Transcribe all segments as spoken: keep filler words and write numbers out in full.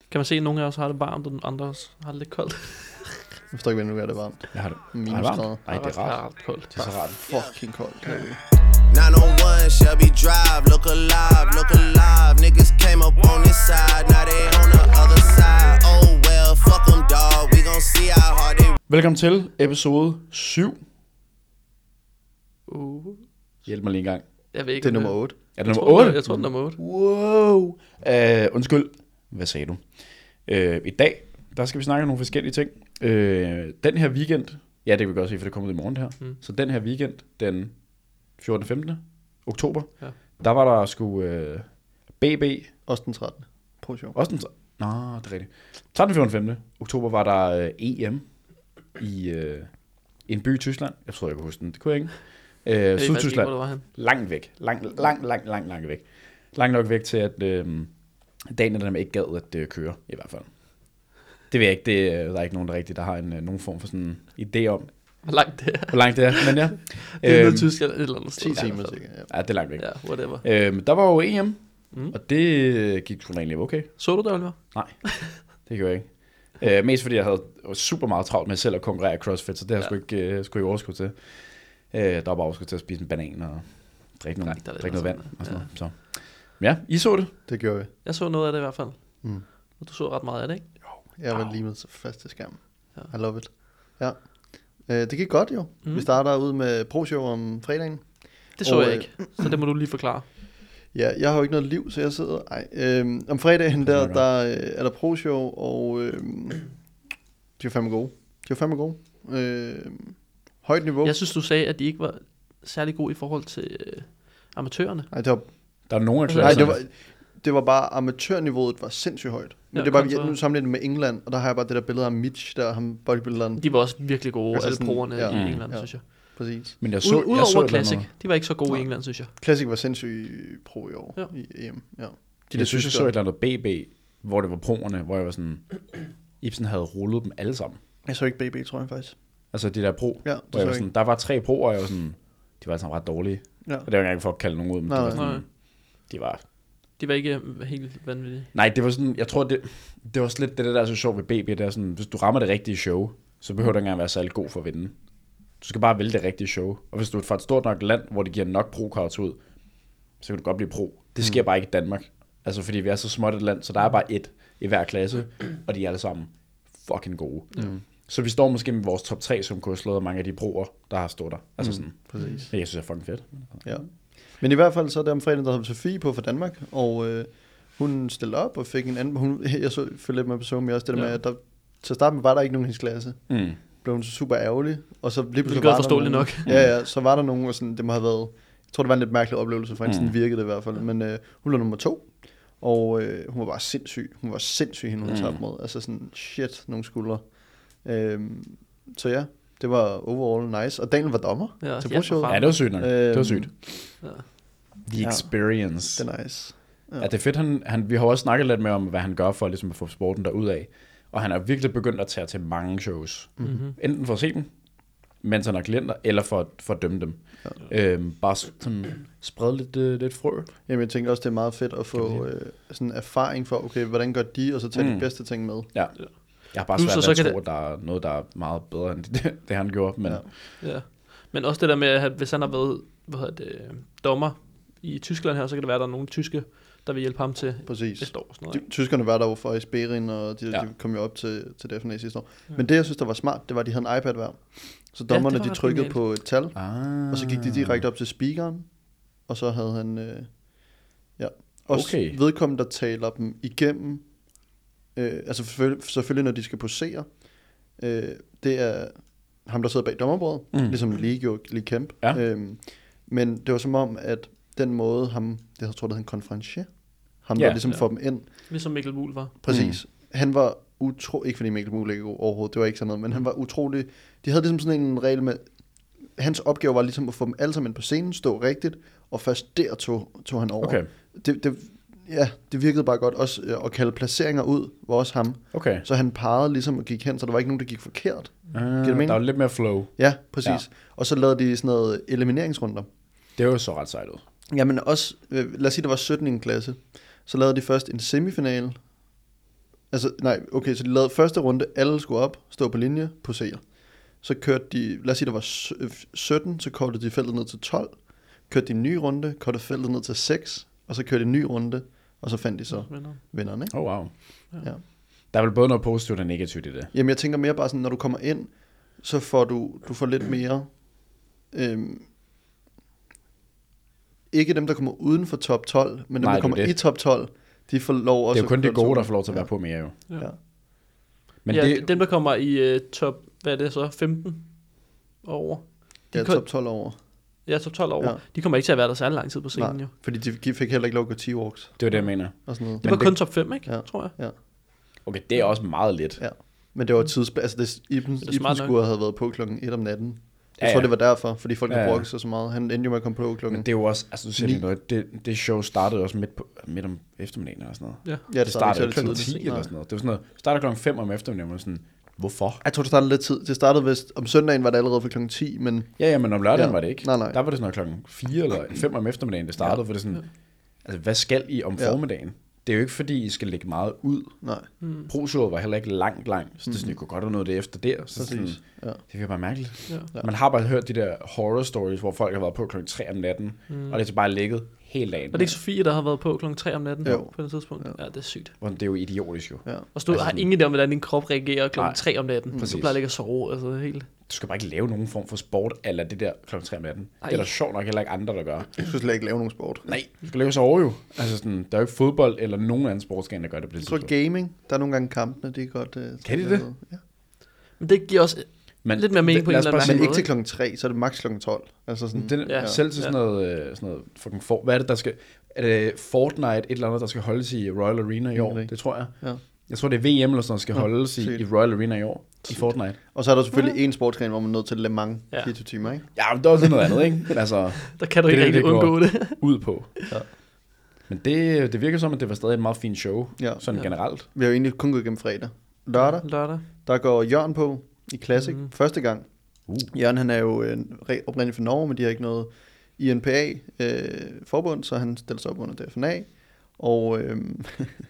Kan man se, at nogle af os har det varmt, og den andre har det lidt koldt? Jeg forstår ikke, hvad nu er det varmt. Jeg har det. Minusgrader. Nej, det er rart. rart koldt. Det er så rart. Fucking koldt. Ja. nine oh one Shelby Drive, look alive, look alive. Niggas came up on this side, now they on the other side. Oh well, fuck them dog, we gon' see how hard they. Velkommen til episode syv. Uh. Hjælp mig lige en gang. Jeg ved ikke, Det er om nummer otte. Er det Jeg nummer tror, otte? Jeg tror, det er nummer otte. Wow. Uh, undskyld. Hvad sagde du? Uh, I dag, der skal vi snakke om nogle forskellige ting. Uh, den her weekend, ja, det kan vi godt se, for det kommer ud i morgen det her. Mm. Så den her weekend, den fjortende femtende oktober, Ja. der var der sgu uh, B B. Også den trettende Pro Show. Også den... Nå, det er rigtigt. trettende fjortende femte oktober var der uh, E M i uh, en by i Tyskland. Jeg tror, jeg kunne huske den. Det kunne jeg ikke. Uh, Jeg ved faktisk ikke, Sydtyskland. hvor det var han. Langt væk. Langt, langt, langt, langt, langt væk. Langt nok væk til, at øh, dagen der ikke gad at øh, køre, i hvert fald. Det ved jeg ikke. Det, øh, der er ikke nogen, der rigtig der har en, øh, nogen form for sådan en idé om, Hvor langt det er. hvor langt det er. Men ja. Det er Øhm, noget Tyskland et eller andet sted. ti i timer hvert fald. sikkert. Ja. Ja, det er langt væk. Ja, whatever. Øhm, der var jo E M, Mm. og det øh, gik sgu da egentlig okay. Så du det, Oliver? Nej, det gjorde jeg ikke. Øh, mest fordi jeg havde super meget travlt med selv at konkurrere i CrossFit, så det har jeg Ja. sgu ikke, øh, sgu ikke overskud til. Øh, der var bare overskud til at spise en banan og drikke, nogle, Nej, der er lidt drikke noget vand sådan, og sådan ja. noget. Så. Ja, I så det. Det gjorde vi. Jeg så noget af det i hvert fald. Mm. Og du så ret meget af det, ikke? Jeg var Au. limet så fast til skærmen. Ja. I love it. Ja. Øh, det gik godt jo. Mm. Vi starter ud med Pro Show om fredagen. Det så Og, jeg øh, ikke. Så det må du lige forklare. Ja, jeg har jo ikke noget liv, så jeg sidder... Ej, øhm, om fredagen der, snakker der øh, er der Pro Show, og øhm, de var fandme gode. De var fandme gode. Øhm, højt niveau. Jeg synes, du sagde, at de ikke var særlig gode i forhold til øh, amatørerne. Nej, det var, Der er nogle af nej, klasserne. det var, det var bare amatørniveauet var sindssygt højt. Men Ja, det var kontra- bare, nu sammenlignet med England, og der har jeg bare det der billede af Mitch, der ham bodybuilderen. De var også virkelig gode, Altså altså alle sådan- proerne ja. i Mm. England, Ja. synes jeg. Præcis. Men jeg så, Ud, jeg så Udover et Classic, eller andet. de var ikke så gode Nej. i England, synes jeg. Classic var sindssygt pro i år Ja. i E M. Ja. De De jeg synes, jeg så et eller andet B B, hvor det var proerne, hvor jeg var sådan, Ibsen havde rullet dem alle sammen. Jeg så ikke B B, tror jeg faktisk. Altså de der pro, Ja, det hvor jeg var så sådan, der var tre proer, og jeg var sådan, de var altså ret dårlige. Ja. Og det var ikke engang for at kalde nogen ud, men Nej, de var nej. sådan, de var... De var ikke øh, helt vanvittige. Nej, det var sådan, jeg tror, det, det var slet det, der er så sjovt ved B B, det er sådan, hvis du rammer det rigtige show, så behøver du ikke engang være særlig god for at vinde. Du skal bare vælge det rigtige show. Og hvis du er fra et stort nok land, hvor de giver nok pro-cards ud, så kan du godt blive pro. Det sker mm. bare ikke i Danmark. Altså, fordi vi er så småt et land, så der er bare et i hver klasse, og de er alle sammen fucking gode. Mm. Så vi står måske med vores top tre, som kunne have slået mange af de proer, der har stået der. Altså sådan, Præcis. det jeg synes jeg er fucking fedt. Ja. Men i hvert fald så er der om fredagen, der havde Sofie på for Danmark, og øh, hun stillede op og fik en anden, hun, jeg så følge lidt med på Zoom, også det der Ja. med, at der, til at starte med var der ikke nogen i hendes klasse. Mm. Blev hun så super ærgerlig, og så lige pludselig Hvilket var er der forståeligt nogen, nok. Ja, ja, så var der nogen, og sådan, det må have været, jeg tror det var en lidt mærkelig oplevelse, for hende Mm. sådan virkede det i hvert fald, men øh, hun blev nummer to, og øh, hun var bare sindssyg, hun var sindssyg, hende hun Mm. tabte mod, altså sådan, shit, nogle skuldre. Øhm, så ja, det var overall nice, og Daniel var dommer Ja, til ja, pro-showet. for Ja, det var sygt nok. Det var Øhm, sygt. Ja. The Ja. experience. Det er nice. Ja. Ja, det er fedt. Han, han, vi har også snakket lidt med om, hvad han gør for ligesom, at få sporten derud af. Og han er virkelig begyndt at tage til mange shows. Mm-hmm. Enten for at se dem, mens han har klienter, eller for, for at dømme dem. Ja. Øhm, bare sådan sprede lidt, øh, lidt frø. Jamen, jeg tænker også, det er meget fedt at få øh, sådan erfaring for, okay, hvordan gør de, og så tage mm. Mm. de bedste ting med. Ja. Jeg har bare Plus, svært så ved at kan tro, at der er noget, der er meget bedre end det, det han gjorde. Men Ja. Ja. Men også det der med, at hvis han har været hvad hedder det, dommer i Tyskland her, så kan det være, at der er nogle tyske, der vil hjælpe ham til Præcis. næste år. Sådan noget, De, ikke? tyskerne var der jo for i Sperin, og de, Ja. de kom jo op til, til D F N A sidste år. Ja. Men det, jeg synes, der var smart, det var, at de havde en iPad hver. Så det dommerne, var de ret trykkede genialt. på et tal, ah. og så gik de direkte op til speakeren, og så havde han, øh, ja, også Okay. vedkommende, der taler dem igennem, øh, altså selvfølgelig, selvfølgelig, når de skal posere, øh, det er ham, der sidder bag dommerbordet, Mm. mm. ligesom Lee gjorde, Lee Kemp. Ja. Øhm, men det var som om, at den måde, ham, jeg tror, det hed en konferencier, ham, Ja. der ligesom Ja. får dem ind, Ligesom Mikkel Wuhl var. præcis, mm. han var utro, ikke fordi Mikkel Muhl ikke overhovedet, det var ikke sådan noget, men han var utrolig, de havde ligesom sådan en regel med, hans opgave var ligesom at få dem alle sammen ind på scenen, stå rigtigt, og først der tog, tog han over. Okay, Det, det, ja, det virkede bare godt. Også øh, at kalde placeringer ud, var også ham. okay. Så han parrede ligesom og gik hen, så der var ikke nogen, der gik forkert. Uh, det mening? der var lidt mere flow. Ja, præcis. Ja. Ja. Og så lavede de sådan noget elimineringsrunder. Det var jo så ret sejt ud. Jamen også, øh, lad os sige, der var sytten i en klasse. Så lavede de først en semifinal, Altså, nej, okay, så de lavede første runde, alle skulle op, stå på linje, posere. Så kørte de, lad os sige, der var sytten, så kortede de feltet ned til tolv, kørte de en ny runde, kortede feltet ned til seks, og så kørte de en ny runde, og så fandt de så vinderne, ikke? Oh, wow. Ja. Der er vel både noget positivt og negativt i det. Jamen, jeg tænker mere bare sådan, når du kommer ind, så får du, du får lidt mere, øhm, ikke dem, der kommer uden for top tolv, men dem, Nej, der kommer i top tolv, de får lov også. Det er jo kun de gode, der får lov til at ja. være på mere, jo. Ja. Ja. Men ja, det, dem, der kommer i uh, top, hvad er det så, femten over? De ja, kom, top tolv over. Ja, top tolv over. Ja. De kommer ikke til at være der særlig lang tid på scenen, Nej, jo. fordi de fik heller ikke lov at gå ti walks. Det var det, jeg mener. Og sådan noget. Det var Men kun det, top fem, ikke? Ja. Tror jeg. Ja. Okay, det er også meget lidt. Ja. Men det var tidsspil. Altså, det, Iben, det Iben skulle have været på klokken et om natten. Jeg Ja, tror, ja. det var derfor, fordi folk Ja, har ja. brokket sig så meget. Han endte jo med at komme på klokken. Men det er jo også, altså du siger Ni. lige noget, det, det show startede også midt, på, midt om eftermiddagen eller sådan noget. Ja. Ja, Det startede ikke klokken så ti tidligt. eller sådan noget. Det var sådan noget, det startede klokken fem om eftermiddagen, og sådan, hvorfor? Jeg tror, det startede lidt tid. Det startede vist, om søndagen var det allerede for klokken ti, men Ja, ja, men om lørdagen Ja. var det ikke. Nej, nej. Der var det sådan noget klokken fire eller fem om eftermiddagen, det startede, for det er sådan, altså hvad skal I om Ja. formiddagen? Det er jo ikke fordi, I skal lægge meget ud. nej. Mm. Pro-showet var heller ikke langt, langt. Så det er sådan, I kunne godt have noget det efter der. Så sådan, Præcis. Ja. det virker bare mærkeligt. Ja. Ja. Man har bare hørt de der horror stories, hvor folk har været på klokken tre om natten, Mm. og det er så bare ligget hele dagen. Og det er ikke Sofie, der har været på klokken tre om natten Jo. på det tidspunkt? Jo. Ja, det er sygt. Hvor det er jo idiotisk jo. Ja. Og stod, Altså har sådan- ingen idé om, hvordan din krop reagerer klokken Nej. tre om natten. Præcis. Du plejer at ligge og sove, altså helt... Du skal bare ikke lave nogen form for sport, eller det der klokken tre om natten. Ej. Det er der sjovt nok heller ikke andre, der gør. Jeg skulle slet ikke lave nogen sport. Nej, du skal lave så over jo. Altså sådan, der er jo ikke fodbold eller nogen anden sportsgren, der gør det på det Jeg tror tidspunkt. gaming, der er nogle gange kampene, det er godt. Uh, Kan de det? Ja. Men det giver også Men, lidt mere mening på en lad os eller bare anden sige- Men ikke måde, til klokken tre, så er det maks klokken tolv. Altså sådan, Den, Ja. ja. Selv til sådan noget, øh, sådan noget fucking for, hvad er det, der skal, er det Fortnite, et eller andet, der skal holdes i Royal Arena i år? Ingen idé. Det tror jeg. Ja. Jeg tror, det er V M eller sådan noget, der skal Nå, holdes i, sygt. i Royal Arena i år, i Fortnite. Og så er der selvfølgelig en sportsgren, hvor man er nødt til Le Mans Ja. fireogtyve timer, ikke? Ja, men det er også noget andet, ikke? Altså, der kan du Det ikke er rigtig det, det undgå det. ud på. Ja. Men det, det virker som, at det var stadig et meget fint show, Ja. sådan Ja. generelt. Vi har jo egentlig kun gået igennem fredag. Lørdag, Lørdag. der går Jørgen på i Classic. Mhm. Mm. Første gang. Uh. Jørgen, han er jo en re- oprindeligt fra Norge, men de har ikke noget I N P A-forbund, så han stiller sig op under D F N A. Og, øhm,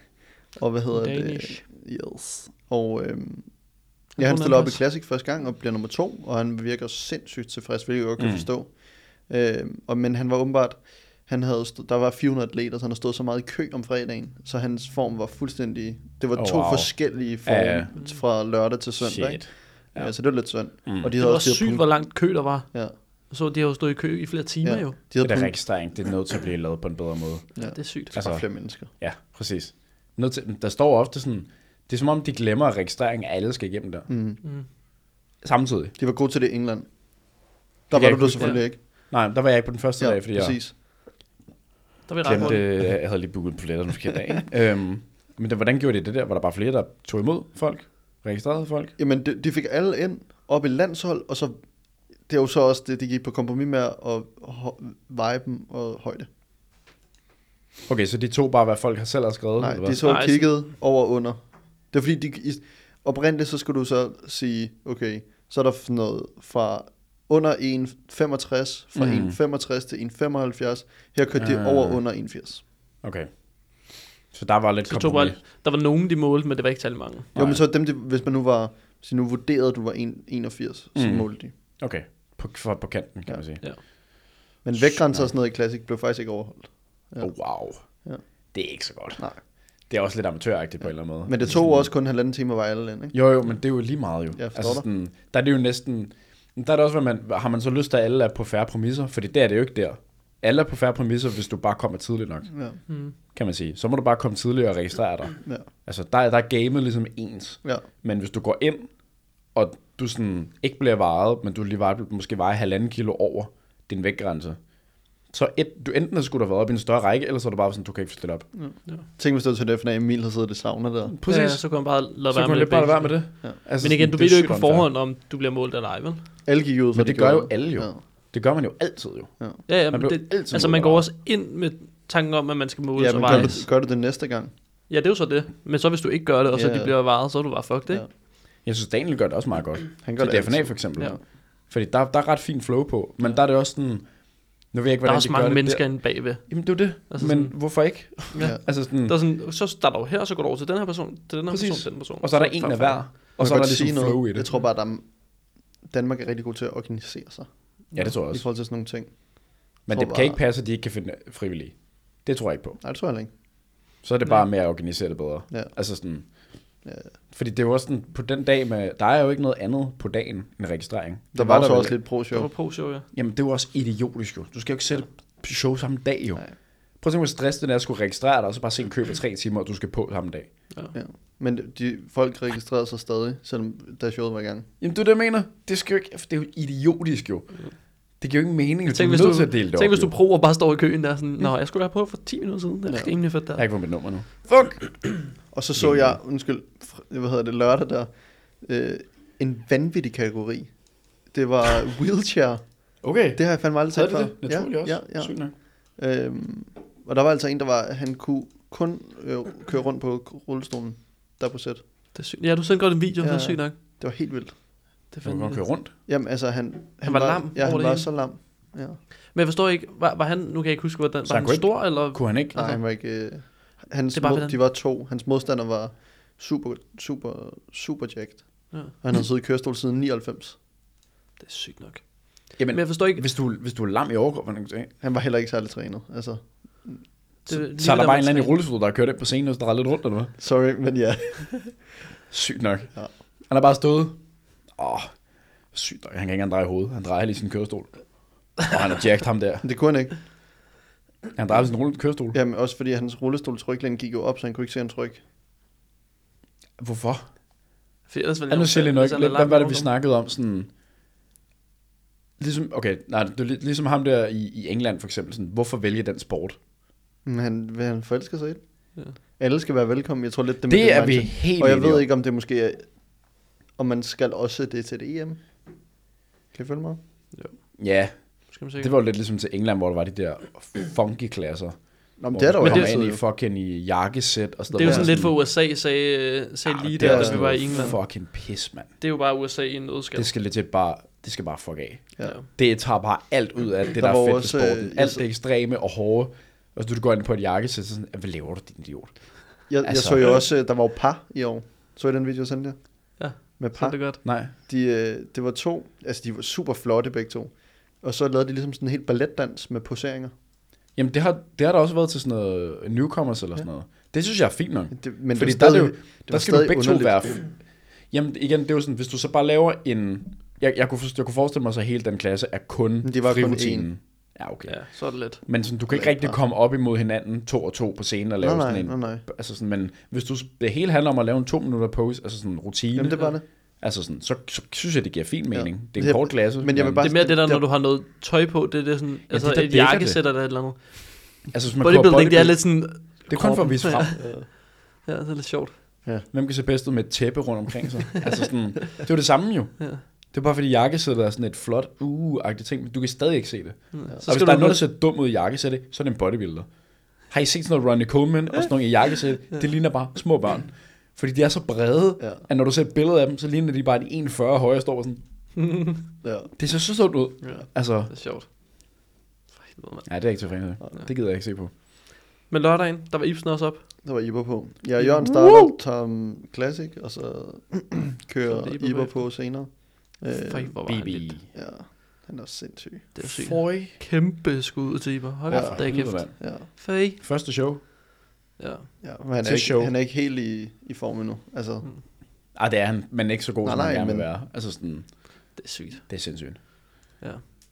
og hvad hedder Danish. det? Yes. Og øhm, Han ja, han får stiller op i plads. Classic første gang og bliver nummer to, og han virker sindssygt tilfreds, hvilket jeg godt kan Mm. forstå. Øhm, og, men han var åbenbart, han havde stå, der var fire hundrede atleter, så han havde stået så meget i kø om fredagen, så hans form var fuldstændig, det var Oh, to wow. forskellige former Ja, ja. fra lørdag til søndag. Ikke? Shit. Ja. Ja. Så det var lidt synd. Mm. Og de Det havde var også de sygt, her hvor punkt, langt kø der var. ja, Så de har jo stået i kø i flere timer ja. jo. De Det havde der punkt, registrering, det er nødt til at blive lavet på en bedre måde. ja. Det er sygt. Det er bare Altså- flere mennesker. Ja, præcis. Nødt til, der står ofte sådan, det er som om, de glemmer, at registrering af alle skal igennem der. Mm. Mm. De Samtidig. var gode til det i England. Der kan var jeg du ikke det huske. selvfølgelig ikke. Nej, der var jeg ikke på den første Ja, dag, fordi jeg præcis. Der vil jeg glemte, ret jeg havde lige booket billetter den forkerte dag. Ikke? øhm, men det, hvordan gjorde de det der? Var der bare flere, der tog imod folk? Registrerede folk? Jamen, de, de fik alle ind op i landshold, og så det er jo så også det, de gik på kompromis med at ho- viben og højde. Okay, så de tog bare, hvad folk har selv har skrevet? Nej, eller hvad? de så Nej, kiggede over og under. Det er fordi, de, i, oprindeligt så skulle du så sige, okay, så er der sådan noget fra under en komma femogtres, fra Mm. en komma femogtres til en komma femoghalvfjerds. Her kørte de Ah. over og under en komma firs. Okay. Så der var lidt Så tog kompromis. bare, der var nogen, de målte, men det var ikke særlig mange. Jo, Nej. men så dem, de, hvis man nu var, hvis de nu vurderede, at du var en komma enogfirs, så Mm. målte de. Okay, på, for, på kanten, kan Ja. man sige. Men vægtgrænser og sådan noget i Classic blev faktisk ikke overholdt. Ja. Oh, wow. Ja. Det er ikke så godt. Nej. Det er også lidt amatøragtigt på en eller anden måde. Men det tog også kun halvanden time at veje alle ind, ikke? Jo, jo, men det er jo lige meget jo. Jeg forstår altså, dig. sådan, der er det jo næsten... Der er det også, hvad man, har man så lyst til, at alle er på færre præmisser? Fordi det er det jo ikke der. Alle er på færre præmisser, hvis du bare kommer tidligt nok, Ja. Mm. kan man sige. Så må du bare komme tidligere og registrere dig. Ja. Altså, der, der er gamet ligesom ens. Ja. Men hvis du går ind, og du sådan ikke bliver vejet, men du lige vejer, måske vejer halvanden kilo over din vægtgrænse, så et, du enten skulle du have været op i en større række, eller så er det bare sådan, du kan ikke stille op. Tænk, hvis det var til det, for Emil havde siddet i sauna der. Præcis. Ja, så kunne man bare lade Så være kunne med man lidt bare lade være med det. det. Ja. Altså, Men igen, du det er ved jo ikke sygt på unfair. forhånd, om du bliver målt eller ej, vel? Alle gik ud, for Men det gør jo alle jo. Ja. Det gør man jo altid jo. Ja. Ja, ja, Man men bliver det, altid altså målt man går eller også ind med tanken om, at man skal måle Ja, sig men gør vejes. du, gør du det næste gang? Ja, det er jo så det. Men så hvis du ikke gør det, og så Ja. de bliver varet, så er du bare fucked, ikke? Ja. Jeg synes, Daniel gør det også meget godt. Han gør Til det D F N A altid. for eksempel. Ja. Ja. Fordi der, der er ret fint flow på. Men der er det også sådan, Nu ved jeg ikke, Der er hvordan også de gør mange det mennesker der. inde bagved. Jamen, det er jo det. Altså Men sådan- hvorfor ikke? Ja. Altså sådan, Der er sådan, så starter du her, så går du over til den her person, til den her Præcis. person, til den person. og så er der en af hver. Og Og så er der ligesom flow i det. Jeg tror bare, at der er, Danmark er rigtig god til at organisere sig. Ja, det tror jeg I også. forhold til sådan nogle ting. Men tror det bare- kan ikke passe, at de ikke kan finde frivillige. Det tror jeg ikke på. Nej, det tror jeg heller ikke. Så er det bare med at organisere det bedre. Ja. Altså sådan... Ja. Fordi det er jo også sådan, på den dag med... Der er jo ikke noget andet på dagen end registrering. Der Det var, der så vel- også lidt Der pro-show. var på show, ja. Jamen, det er jo også idiotisk jo. Du skal jo ikke sætte show samme dag jo. Nej. Prøv at tænke, hvor stress det er at skulle registrere dig, og så bare se en køb af tre timer, og du skal på samme dag. Ja. Men de, folk registrerede sig stadig, selvom da showet var i gang. Jamen, det er det, jeg mener. Det, skal jo ikke, det er jo idiotisk jo. Det giver jo ikke mening, at du Tænk, er hvis nødt du, til at dele det tænk, op. hvis du jo. pro og bare står i køen der sådan, nå, jeg skulle være på for ti minutter siden. Det er Ja. rimelig fedt der. Jeg har ikke fået mit nummer nu. Fuck! Og så så jeg, undskyld, fr- hvad hedder det, lørdag der, øh, en vanvittig kategori. Det var wheelchair. Okay. Det har jeg fandme aldrig Havde set det før. det? Naturligt også. Ja, ja, Sygt nok. ja. Øhm, og der var altså en, der var, han kunne kun øh, køre rundt på rullestolen, der på sæt. Det er sygt. Ja, du sendte godt en video, Ja. det er sygt nok. Det var helt vildt. Det Du er kan godt køre fandme. rundt. Jamen altså, han, han, var lam Ja, over han det var hele. så lam. Ja. Men jeg forstår ikke, var, var han, nu kan jeg ikke huske, hvordan, Så var han han kunne ikke- stor, eller? Kunne han ikke? Nej, han var ikke... Øh, hans Det er bare, mod, hvordan- de var to. Hans modstander var super, super, super jacked. Ja. Og han havde siddet i kørestol siden nioghalvfems. Det er sygt nok. Jamen, Men jeg forstår ikke, hvis du, hvis du er lam i overkroppen, så, Han var heller ikke særlig trænet. Altså, så, lige så er der der, bare hvor en eller anden i træner. rullestol, der har kørt ind på scenen, og så drejer lidt rundt, eller hvad? sorry, men ja. Sygt nok. Ja. Han har bare stået. Åh, sygt nok. Han kan ikke engang dreje hovedet. Han drejer lige sin kørestol. Og han har jacked ham der. Det kunne han ikke. Han drejer sin rullende kørestol. Jamen også fordi hans rullestolsryglæn gik jo op, så han kunne ikke se hans ryg. Hvorfor? For ellers ville Er jeg nu jo- selv nok hvis han er lidt. lang Hvad var det, vi overkrop. snakkede om? Sådan... Ligesom, okay, nej, det er lig- ligesom ham der i, i England for eksempel. Sådan, hvorfor vælge den sport? Men han, vil han forelsker sig i det? Ja. Alle skal være velkommen. Jeg tror lidt, det, Det er vi mindset. helt Og jeg enige ved om. ikke, om det måske er... Om man skal også det til det E M. Kan I følge mig? Ja, Skal man se. det var jo lidt ligesom til England, hvor der var de der funky klasser. Nå, men det er der jo Men Men det- det altid ind i jo. fucking i jakkesæt og sådan Det er jo noget. sådan lidt for U S A, sagde, sagde lige det der, er da sådan vi var i noget England. fucking pis, mand. Det er jo bare U S A i en nødskal. Det skal legit bare, det skal bare fuck af. Ja. Det tager bare alt ud af det, der, Der der var er fedt ved også, sporten. øh, Alt jeg- det ekstreme og hårde. Og så du går ind på et jakkesæt, så sådan, hvad laver du, din idiot? Jeg, jeg Altså- så jo også, der var jo par i år. Så I den video, jeg sendte jer? Ja, Med Så er par. det godt. Nej. De, øh, det var to, altså de var super flotte begge to. Og så lavede de ligesom sådan en helt balletdans med poseringer. Jamen, det har, det har der også været til sådan noget newcomers eller sådan noget. Det synes jeg er fint nok. Det, men Fordi det der, var er det jo, stadig, det der var skal du stadig begge to underligt. være... Jamen igen, det er jo sådan, hvis du så bare laver en... Jeg, jeg, kunne, forstå, jeg kunne forestille mig så, at hele den klasse er kun Men de var kun frirutinen. Ja, okay. Ja, så er det let. Men sådan, du kan ikke Eller rigtig bare- komme op imod hinanden to og to på scenen og lave Nej, nej, sådan en... nej, nej. Altså sådan, men hvis du, det hele handler om at lave en to minutter pose, altså sådan en rutine, Jamen det var det. altså sådan, så, så synes jeg, det giver fin mening. Ja. Det er en Jeg- kort klasse. men jeg vil bare- Det er mere det der, det- når du har noget tøj på, det er det sådan, altså det, der et dækker jakkesæt eller et eller andet. altså, hvis man køber Bodybuilding, det er bodybuilding- lidt sådan... Det er kun for at vise frem. Ja, det er lidt sjovt. Hvem kan se bedst ud med et tæppe rundt omkring sig? Altså sådan, det er jo det samme jo. Ja. Det er bare fordi jakkesættet er sådan et flot, uh-agtigt ting, men du kan stadig ikke se det. Ja. Og Så hvis skal der du er noget, der ser dum ud i jakkesættet, så er det en bodybuilder. Har I set sådan noget Ronnie Coleman og sådan noget i jakkesæt? Det ligner bare små børn. Fordi de er så brede, Ja. at når du ser et billede af dem, så ligner de bare de en komma fyrre høje og står sådan. Ja. Det ser så sundt ud. Ja, Altså, det er sjovt. For helvede, mand. ja, det er ikke så fint. Det gider jeg ikke se på. Men lørdagen, der var Ibsen også op. Der var Iber på. Ja, Jørgen starter Tom Classic, og så Så kører er det Iber Iber bagefter. på senere. Øh, Føj, hvor var B han B. lidt. ja, han er også sindssyg. Det er sygt. Føj. Kæmpe skud til Iber. Hold Ja, ja, da kæft. Ja, Føj. Første show. Ja. ja men han er, Til ikke, show. han er ikke helt i, i form endnu. Altså, Mm. Ah, det er han, men ikke så god, Nej, som han nej, gerne vil men- være. Altså sådan, Det er sygt. det er sindssygt. Ja.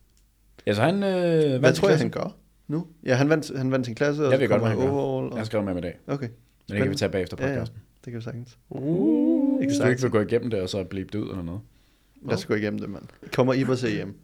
Ja, så han... Øh, hvad vandt tror jeg, klassen. han gør nu? Ja, han vandt, han vandt sin klasse, og Jeg så ved godt, kommer hvad han gør. overall. Jeg Og, har skrevet med ham i dag. okay, Men det kan vi tage bagefter Ja, ja. podcasten. det kan vi sagtens. Uh. Hvis du ikke vil gå igennem det, og så blive det ud eller noget. Jeg skal gå igennem det, mand. Kommer Iber til hjem?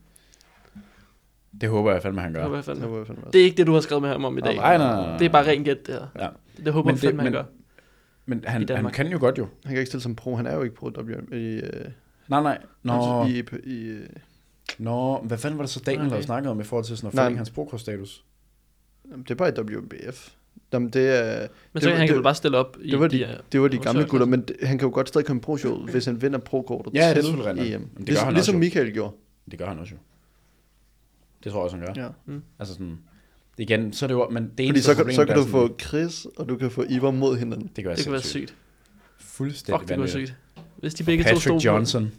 Det håber jeg fandme, han Det gør. håber jeg Det fandme. håber jeg fandme også. Det er ikke det, du har skrevet med ham om i dag. Nej, nej, nej. Det er bare rent gæt, det her. Ja. Det håber Men jeg det- fandme, han men- gør. Men I han, han Danmark. kan jo godt jo. Han kan ikke stille som pro, han er jo ikke pro W M i, øh, Nej, nej. Nå, i, i, i øh, nå, hvad fanden var det så Daniel Okay. havde snakket om i forhold til sådan at Nej. forlænge hans prokorstatus? Jamen, det er bare i W B F. Jamen, det er... Men det så var- kan han det- vel bare stille op i Det var de, her- det var de Nå, gamle så- gutter, men det, han kan jo godt stadig komme i pro-showet, hvis han vinder pro-kortet Ja, det er til selvfølgelig rigtigt. E M. Men det gør Ligesom, han ligesom også jo. Michael gjorde. Det gør han også jo. Det tror jeg også, han gør. Ja. Mm. Altså sådan, igen, så er det jo, men det Fordi eneste så kan, problem, så kan der du er få Chris, og du kan få Ivar mod hinanden. det kan være Det kunne være sindssygt. sygt. Fuldstændig Fuck, det kunne være vanvittigt. sygt. Hvis de begge to stod Patrick Johnson,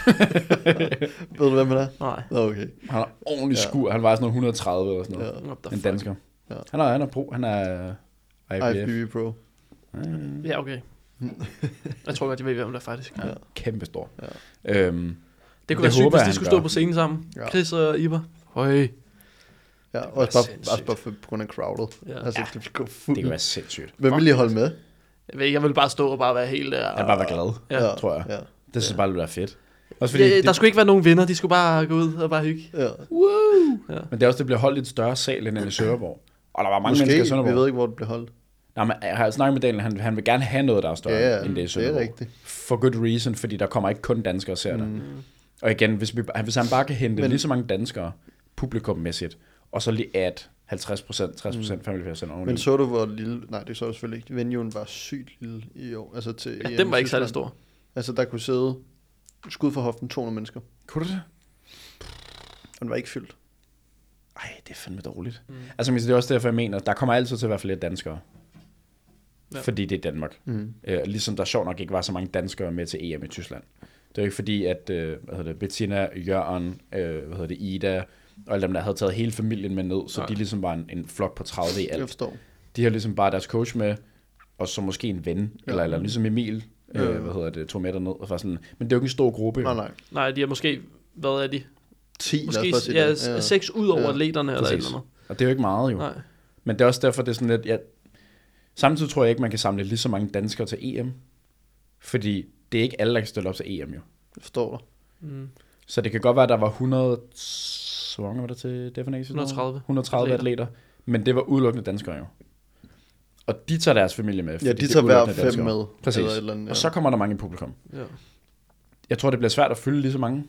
Ved du, hvem han er? på... Nej. Nå, okay. han har ordentlig Ja. skur, han var sådan noget et hundrede og tredive eller sådan noget. Ja. What the En fuck? dansker. Ja. Han er, han er pro, han er I I F B F. F B B Pro. Mm. Ja, okay. Jeg tror godt, de ved, hvem der er faktisk. Ja, kæmpe stor. Ja. Øhm, Det kunne Det være sygt, håber hvis jeg, de han skulle gør. stå på scenen sammen. Ja. Chris og Ivar. Høj. Ja, var også bare, sindssygt. også bare for, på grund af crowded. Ja. Altså, Ja. det vil gå fuld. det kan være sindssygt. Hvem vil lige holde med? Jeg ved ikke, jeg vil bare stå og bare være helt der. Han bare være glad, Ja. tror jeg. Ja. Det synes jeg bare, det ville være fedt. Også Fordi fordi, ja, der det, skulle ikke være nogen vinder, de skulle bare gå ud og bare hygge. Ja. Woo! Ja. men det er også, det bliver holdt i et større sal end i Sønderborg. Og der var mange Måske, mennesker i vi Sønderborg. ved ikke, hvor det bliver holdt. Nej, men jeg har snakket med Daniel, han, han vil gerne have noget, der er større, Ja, ja, end det i det er Sønderborg. rigtigt. For good reason, fordi der kommer ikke kun danskere og ser det. Mm. Og igen, hvis, vi, hvis han bare kan hente Men- lige så mange danskere, publikummæssigt, og så lige at halvtreds procent, tres procent, femoghalvfjerds procent oveni. Men så du, hvor lille... Nej, det så du selvfølgelig ikke. Venuen var sygt lille i år. Altså til Ja, E M den var i ikke særlig Tyskland. stor. Altså, der kunne sidde skud for hoften to hundrede mennesker. Kunne du det? Og den var ikke fyldt. Ej, det er fandme dårligt. Mm. Altså, men det er også derfor, jeg mener, der kommer altid til at være flere danskere. Ja. Ja. Fordi det er Danmark. Mm. Øh, ligesom der sjovt nok ikke var så mange danskere med til E M i Tyskland. Det er jo ikke fordi, at øh, hvad hedder det, Bettina, Jørgen, øh, hvad hedder det, Ida, og alle dem, der havde taget hele familien med ned, så Nej. de ligesom var en, en flok på tredive i Jeg alt. forstår. De har ligesom bare deres coach med, og så måske en ven, Ja. eller, eller ligesom Emil, Ja. øh, hvad hedder det, tog med derned. Og var sådan, men det er jo ikke en stor gruppe. Nej, nej. Nej, de har måske... Hvad er de? ti, lad os Måske bare sige ja, det. ja. seks ud over Ja. atleterne eller et Præcis. eller andet. Og det er jo ikke meget jo. Nej. Men det er også derfor, det er sådan lidt... Ja, samtidig tror jeg ikke, man kan samle lige så mange danskere til E M. Fordi det er ikke alle, der kan stille op til E M jo. Jeg forstår dig. Mm. Så det kan godt være, at der var hundrede... Hvor mange var der til Definition? hundrede og tredive. et hundrede og tredive atleter. Men det var udelukkende danskere jo. Og de tager deres familie med. Ja, fordi de det er tager hver udelukkende fem danskere. med. Præcis. Eller et eller andet, ja. Og så kommer der mange i publikum. Ja. Jeg tror, det bliver svært at fylde lige så mange.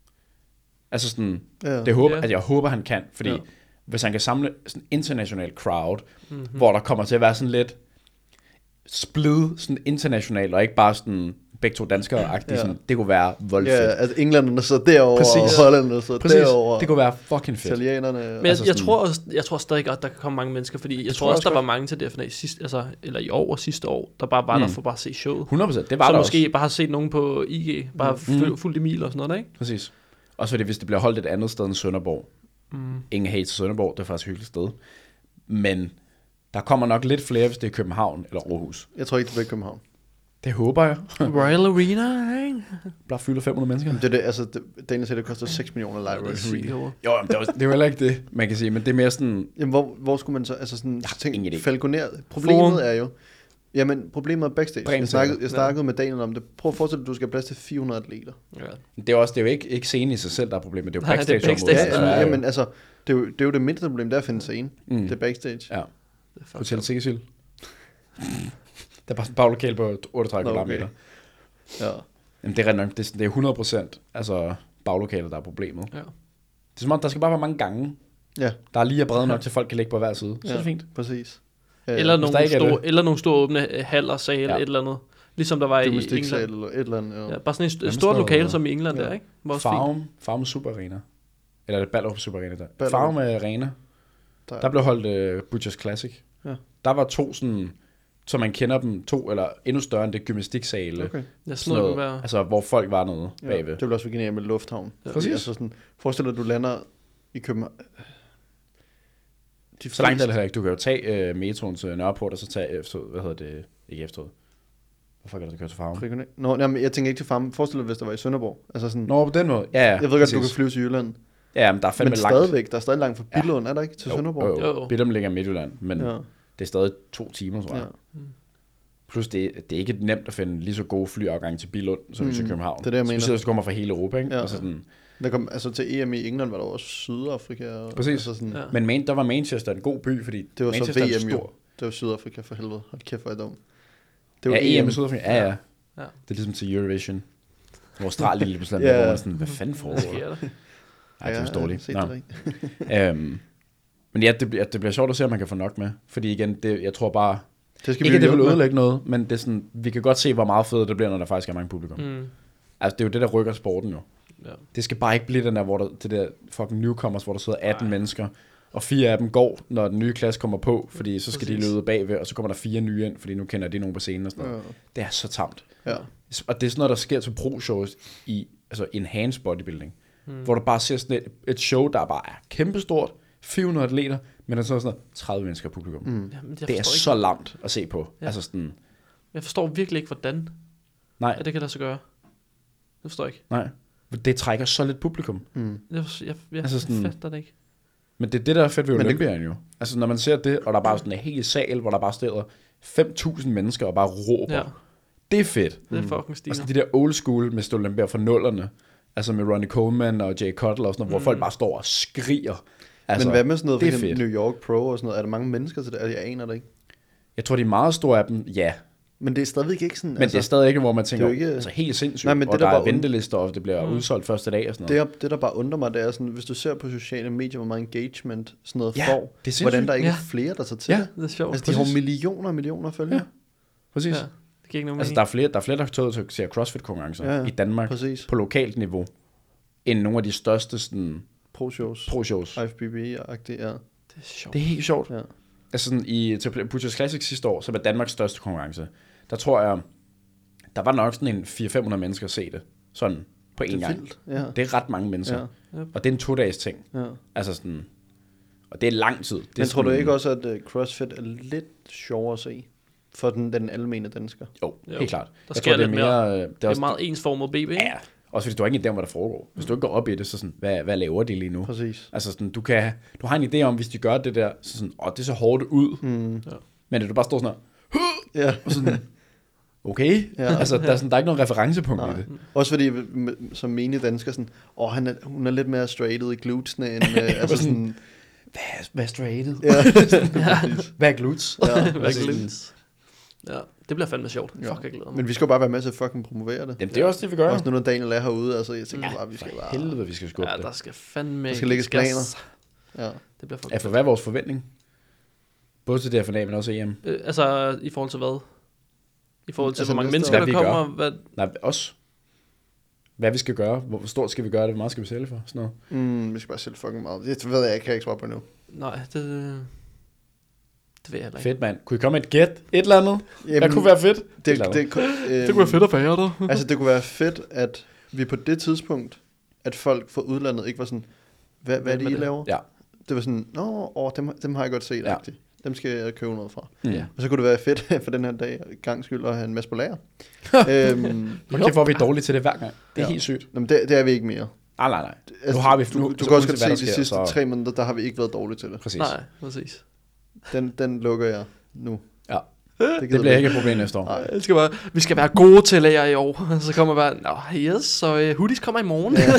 Altså sådan... Ja. Det håber, Ja. at jeg håber, han kan. Fordi Ja. ja. hvis han kan samle sådan en international crowd, Mm-hmm. hvor der kommer til at være sådan lidt splid, sådan international, og ikke bare sådan begge to danskere-agtigt, Ja. ja. sådan, det kunne være voldfedt. Ja, altså englænderne så derovre, Præcis. og hollænderne så Præcis, derovre. det kunne være fucking fedt. Italienerne. Men jeg, Altså altså jeg, sådan- tror også, jeg tror stadig godt, der kan komme mange mennesker, fordi jeg Det tror tror jeg også, også der var godt. mange til D F N A sidste, altså, eller i år og sidste år, der bare var mm. der Mm. for bare at se showet. hundrede procent, det var Så der måske også. bare har set nogen på I G, bare Mm. mm. fuldt Emil og sådan noget, der, ikke? Præcis. Også fordi, hvis det bliver holdt et andet sted end Sønderborg. Mm. Ingen hate til Sønderborg, det er faktisk et hyggeligt sted. Men der kommer nok lidt flere, hvis det er København eller Aarhus. Jeg tror ikke, det bliver København. Det håber jeg. Royal Arena, ikke? Bare fylder fem hundrede mennesker. Det er det, altså, det, Daniel siger, det koster seks millioner live. Ja, det er sygt Arena. over. Jo, men det er, jo, det er jo heller ikke det, man kan sige. Men det er mere sådan... Jamen, hvor, hvor skulle man så, altså sådan, Jeg har tænk, ingen idé. falconer, problemet Forum. er jo, jamen, problemet er backstage. Bremen Jeg snakkede, jeg ja. snakkede med Daniel om det. Prøv at forestille dig, at du skal have plads til fire hundrede atleter. Ja. Det er, også, det er jo ikke, ikke scenen i sig selv, der er problemet. Det er jo Nej, det er backstage. backstage. Ja, Ja, jamen, ja, jamen, altså, det er, jo, det er jo det mindste problem, der er at finde scene. Mm. Det er backstage. Ja. Det er fucked Hotel up. Sigesil. Der er bare sådan et baglokale på otteogtredive Nå, okay. kvadratmeter. Ja. Jamen, det er rent nok. Det er, sådan- det er hundrede procent altså baglokaler, der er problemet. Ja. Det er som om, der skal bare være mange gange. Ja, Der er lige brede nok til, folk kan ligge på hver side. Så Ja. er det fint. præcis. Ja, Eller, Hvis der nogle ikke er store, det. eller nogle store åbne øh, haller, sal, Ja. et eller andet. Ligesom der var i gymnastiksal England. eller et eller andet. Ja. Ja, bare sådan et st- Jamen, stort sådan noget- lokale som i England Ja. der, ikke? Var også fint. Farum, Farum Super Arena. Eller er det Ballerup Super Arena der? Ballerup. Farum Arena. Der, Der blev holdt uh, Butchers Classic. Ja. Der var to sådan, så man kender dem, to eller endnu større end det gymnastiksale. okay. Ja, Sådan sådan noget kunne være. altså, hvor folk var nede Ja, bagved. det vil også være genialt med lufthavn. Ja. Fordi, Præcis. Altså sådan, forestil dig, at du lander i København. De Så langt er fleste- det heller ikke. Du kan jo tage uh, metroen til Nørreport, og så tage eftertog, hvad hedder det, ikke eftertog. Hvorfor kan du køre til Farum? Regional- Nå, jamen, jeg tænker ikke til farm. Forestil dig, hvis der var i Sønderborg. Altså sådan, Nå, på den måde. Ja, ja. jeg ved godt, du kan præcis. flyve til Jylland. Ja, men der er fandme Men langt. stadigvæk, der er stadig langt fra Billund, er der ikke, til Sønderborg? Jo, jo. Jo. jo. Billund ligger i Midtjylland, men ja. Ja. det er stadig to timer, tror jeg. Ja. Plus det, det er ikke nemt at finde lige så gode flyafgange til Billund, som mm, til Mm, København. det er det, jeg mener. Specielt hvis du kommer fra hele Europa, ikke? Ja. Altså sådan, Der kom, altså til E M i England var der også Sydafrika. Og, Præcis. Altså sådan, Ja. ja. men Man, der var Manchester en god by, fordi Det var så Manchester er V M stor. jo. Det var Sydafrika for helvede. Hold kæft, hvor er jeg dum. Det var ja, E M i Sydafrika. Ja, ja. Ja. Det er ligesom til Eurovision. Hvor Australien lige pludselig Ja. yeah. hvor man sådan, hvad fanden Hvad foregår? sker der? Nej, det er vist dårligt. set Nå. det ikke. Øhm, men ja, det, bliver- det bliver sjovt at se, om man kan få nok med. Fordi igen, det, jeg tror bare, Det skal ikke at det vil hjælpe med. ødelægge noget, men det er sådan, vi kan godt se, hvor meget fedt det bliver, når der faktisk er mange publikum. Mm. Mm. Altså, det er jo det, der rykker sporten jo. Ja. Det skal bare ikke blive den der, hvor der, det der fucking newcomers, hvor der sidder atten Ej. mennesker, og fire af dem går, når den nye klasse kommer på, fordi så skal Præcis. de løbe bagved, og så kommer der fire nye ind, fordi nu kender de nogen på scenen og sådan noget. Ja. Det er så tamt. Ja. Og det er sådan noget, der sker til pro-shows i altså enhanced bodybuilding, hmm. hvor du bare ser sådan et, et show, der bare er kæmpestort, fire hundrede atleter, men der er sådan noget tredive mennesker publikum. Mm. Jamen, det er ikke. Så langt at se på. Ja. Altså sådan, jeg forstår virkelig ikke, hvordan nej. at det kan lade sig gøre. Det forstår jeg ikke. Nej, det trækker så lidt publikum. Mm. Jeg, jeg, jeg altså sådan, fatter det ikke. Men det er det, der er fedt ved Olympiaen jo. Altså når man ser det, og der er bare sådan en hel sal, hvor der bare stiller fem tusind mennesker og bare råber. Ja. Det er fedt. Det er fucking stigende. Altså de der old school Mister Olympia fra nullerne, altså med Ronnie Coleman og Jay Cutler og sådan noget, mm. hvor folk bare står og skriger. Altså, men hvad med sådan noget, det er New York Pro og sådan noget? Er der mange mennesker til det? Jeg aner det ikke. Jeg tror, de er meget store af dem, ja. Men det er stadigvæk ikke sådan... Men altså, det er stadig ikke, hvor man tænker, ikke, altså helt sindssygt, nej, men det, og der, der er ventelister, og det bliver mm. udsolgt første dag og sådan noget. Det, det, der bare undrer mig, det er sådan, hvis du ser på sociale medier, hvor meget engagement sådan noget ja, får, hvordan der ikke ja. er flere, der tager til ja, det. det er sjovt. Altså, de har millioner og millioner af følgere. Ja. Præcis. Ja, det giver ikke nogen altså, der er flere, der er flere, der har taget til at se CrossFit-konkurrencer ja, i Danmark, præcis. På lokalt niveau, end nogle af de største sådan... Pro-shows. Pro-shows. I F B B-agtigt, ja. Det er sjovt. Det er helt sjovt. Ja. Altså sådan i til Butchers Classic sidste år, som er Danmarks største konkurrence, der tror jeg, der var nok sådan en fire til fem hundrede mennesker at se det. Sådan på én gang. Ja. Det er ret mange mennesker. Ja. Og det er en to-dages ting. Ja. Altså sådan, og det er lang tid. Det Men er tror sådan, du ikke også, at uh, CrossFit er lidt sjovere at se? For den, den almene dansker? Jo, jo, helt klart. Der sker lidt mere, mere, det er, det er også, meget ensformet B B. Ja, også fordi du har ikke en idé om, hvad der foregår. Hvis du ikke går op i det, så sådan, hvad, hvad laver de lige nu? Præcis. Altså sådan, du, kan, du har en idé om, hvis de gør det der, så sådan, åh, det ser hårdt ud. Mm. Ja. Men du bare står sådan her, ja. og sådan, okay, ja. altså der er, sådan, der er ikke nogen referencepunkt Nej. i det. Også fordi, som menig dansker, sådan, åh, han er, hun er lidt mere straightet i glutesne, end, øh, altså sådan, hvad, hvad er straightet? Ja. Hvad er glutes? Ja, hvad er glutes? Ja, det bliver fandme sjovt. Ja. Fuck, jeg glæder mig. Men vi skal jo bare være med til at fucking promovere det. Jamen, det er også det, vi gør. Også nu, når Daniel er herude, altså, jeg tænker ja, bare, vi skal bare... helvede, vi skal skubbe ja, det. Ja, der skal fandme... Der skal lægges planer. Ja. Det bliver ja, for hvad er vores forventning? Både til D F N A, men også E M. Øh, altså, i forhold til hvad? I forhold til, altså, hvor mange mennesker, der kommer? Hvad? Nej, os. Hvad vi skal gøre? Hvor stort skal vi gøre det? Hvor meget skal vi sælge for? Sådan noget. Mm, vi skal bare sælge fucking meget. Det ved jeg ikke, kan jeg ikke svare på nu. Nej, det... Det ved jeg heller ikke. Fedt, mand. Kunne I komme med et gæt? Et eller andet? Jamen, hvad kunne være fedt? Det, det, det, det, øh, det kunne være fedt at være der. Altså, det kunne være fedt, at vi på det tidspunkt, at folk fra udlandet ikke var sådan, hvad, hvad er det, I laver? Ja. Det var sådan, nå, åh, dem, dem har jeg godt set, ja. Dem skal jeg købe noget fra. Mm. Og så kunne det være fedt for den her dag, gang skyld, at have en masse på lager. øhm, okay, hvor vi er dårlige til det hver gang. Det er ja. helt sygt. Nå, men det, det er vi ikke mere. Nej, nej, nej. Altså, nu har vi, du, nu, du, du kan også godt se, de sidste så... tre måneder, der har vi ikke været dårlige til det. Præcis. Nej, præcis. Den, den lukker jeg nu. Ja. Det, det bliver ikke et problem næste år. Nej, det skal bare, vi skal være gode til lager i år. Så kommer bare, nå, yes, så uh, hoodies kommer i morgen. Ja.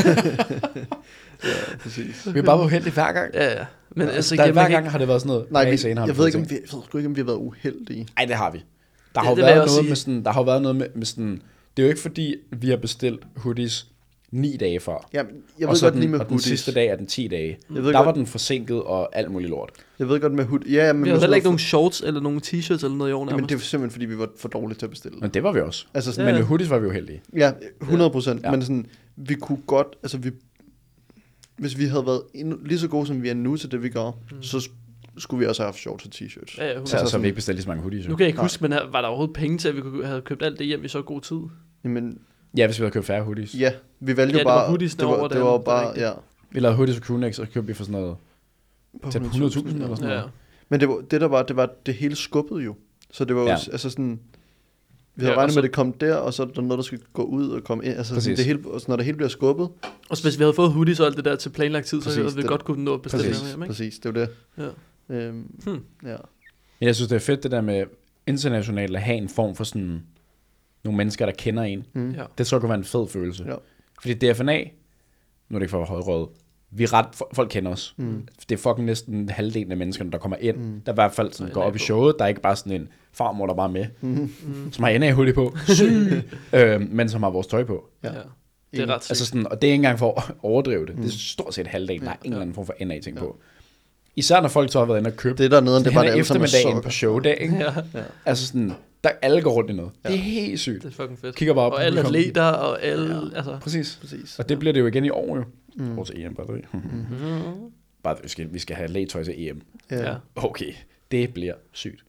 Ja, præcis. Vi er bare uheldige hver gang. Ja, ja. Men ja, altså, der, hver gang har det været sådan noget. Nej, vi, jeg, jeg ved ikke, om vi, jeg ved ikke, om vi har været uheldige. Nej, det har vi. Der har det, jo været noget med sådan, der har været noget med, med sådan, det er jo ikke fordi, vi har bestilt hoodies ni dage før. Ja, jeg og ved godt den, lige med og hoodies. den sidste dag er den ti dage. Der godt, var den forsinket og alt muligt lort. Jeg ved godt med hoodies. Ja, men vi har heller ikke nogen shorts eller nogen t-shirts eller noget i år nærmest. Men det er simpelthen fordi, vi var for dårlige til at bestille. Men det var vi også. Altså sådan, men med hoodies var vi jo heldige. Ja, hundrede procent. Ja. Men sådan, vi kunne godt, altså vi, hvis vi havde været lige så gode, som vi er nu til det, vi gør, mm. så skulle vi også have haft shorts og t-shirts. Ja, ja, altså, så, så vi ikke bestilte lige så mange hoodies. Nu kan jeg ikke huske, men var der overhovedet penge til, at vi kunne have købt alt det hjem i så god tid? Jamen, ja, hvis vi havde købt færre hoodies. Ja, vi valgte ja, jo bare... det var hoodies det var, over det var, det var bare, ja. Vi lavede hoodies og crewnecks, og købte vi for sådan noget... Til hundrede tusind eller sådan ja. noget. Men det, var, det der var, det var, det hele skubbede jo. Så det var jo, ja. altså sådan... Vi havde ja, regnet med, at det kom der, og så er der noget, der skal gå ud og komme ind. Altså sådan, det hele, og så når det hele bliver skubbet... Og så hvis vi havde fået hoodies og alt det der til planlagt tid, præcis, så havde vi det, godt kunne nå at bestille præcis, hjem, ikke? Præcis, det var det. Ja. Øhm, hmm. ja. Men jeg synes, det er fedt det der med internationalt at have en form for sådan... Nogle mennesker, der kender en. Mm. Ja. Det tror jeg kunne være en fed følelse. Ja. Fordi D F N A... Nu er det ikke for at være højrøget. Vi er ret... Folk kender os. Mm. Det er fucking næsten halvdelen af menneskerne, der kommer ind. Mm. Der i hvert fald sådan, går op i showet. Der er ikke bare sådan en farmor, der bare er med. Mm. Som har N A-hoodie på. øh, men som har vores tøj på. Ja. Ja. Det er ret altså sådan, og det er ikke engang for at overdrive det. Mm. Det er stort set halvdelen. Der er ingen ja. anden form for N A-ting ja. på. Især når folk så har været inde og købt. Det der nede, det er bare det eftermiddagen på showdag. Ikke? Ja. Ja. Altså sådan... Der alle går rundt i noget. Ja. Det er helt sygt. Det er fucking fedt. Kigger bare op og på alle publikum. atleter, og alle... Ja. Altså. Præcis. Præcis. Og det bliver det jo igen i år jo. Mm. År til E M, bare det. Mm-hmm. Bare, vi skal, vi skal have lægetøj til E M. Ja. Ja. Okay, det bliver sygt.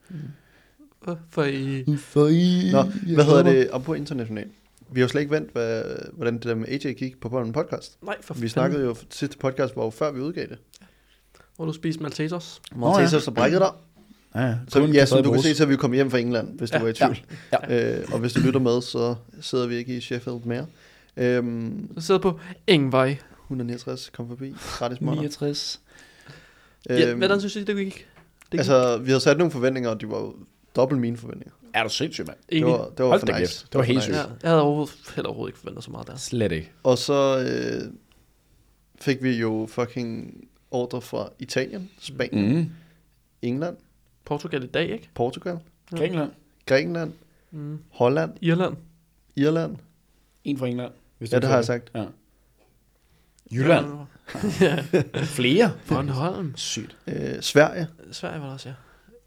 For I... For I... Nå, hvad hedder det? Og på internationalt. Vi har jo slet ikke vendt, hvad, hvordan det der med A J gik på en podcast. Nej, for Vi snakkede jo sidste podcast, hvor før vi udgav det. Hvor du spiste Maltesers. Maltesers så brækket der. Ja, ja. Så, Kun ja, kan som stadig du kan bruges. se, så er vi jo kommet hjem fra England, hvis Ja. du var i tvivl. Ja. Øh, og hvis du lytter med, så sidder vi ikke i Sheffield mere. Øhm, Du sidder på Engvej. et hundrede niogtres, kom forbi. Gratis måneder. niogtres. Ja, hvordan synes I, det gik? Det Altså, vi havde sat nogle forventninger, og de var jo dobbelt mine forventninger. Er du sindssygt, mand? Det Enig. var, det var Hold for da nice. kæft. Det var helt for sygt. Ja, jeg havde overhovedet, heller overhovedet ikke forventet så meget der. Slet ikke. Og så øh, fik vi jo fucking ordre fra Italien, Spanien, Mm. England, Portugal i dag, ikke? Portugal, Ja. Grækenland. Grækenland, Mm. Holland, Irland. Irland. En fra England. Hvis Ja, du det får har jeg sagt. Ja. Jylland. Ja. Flere. Bornholm. Sygt. Øh, Sverige. Sverige var der også, ja.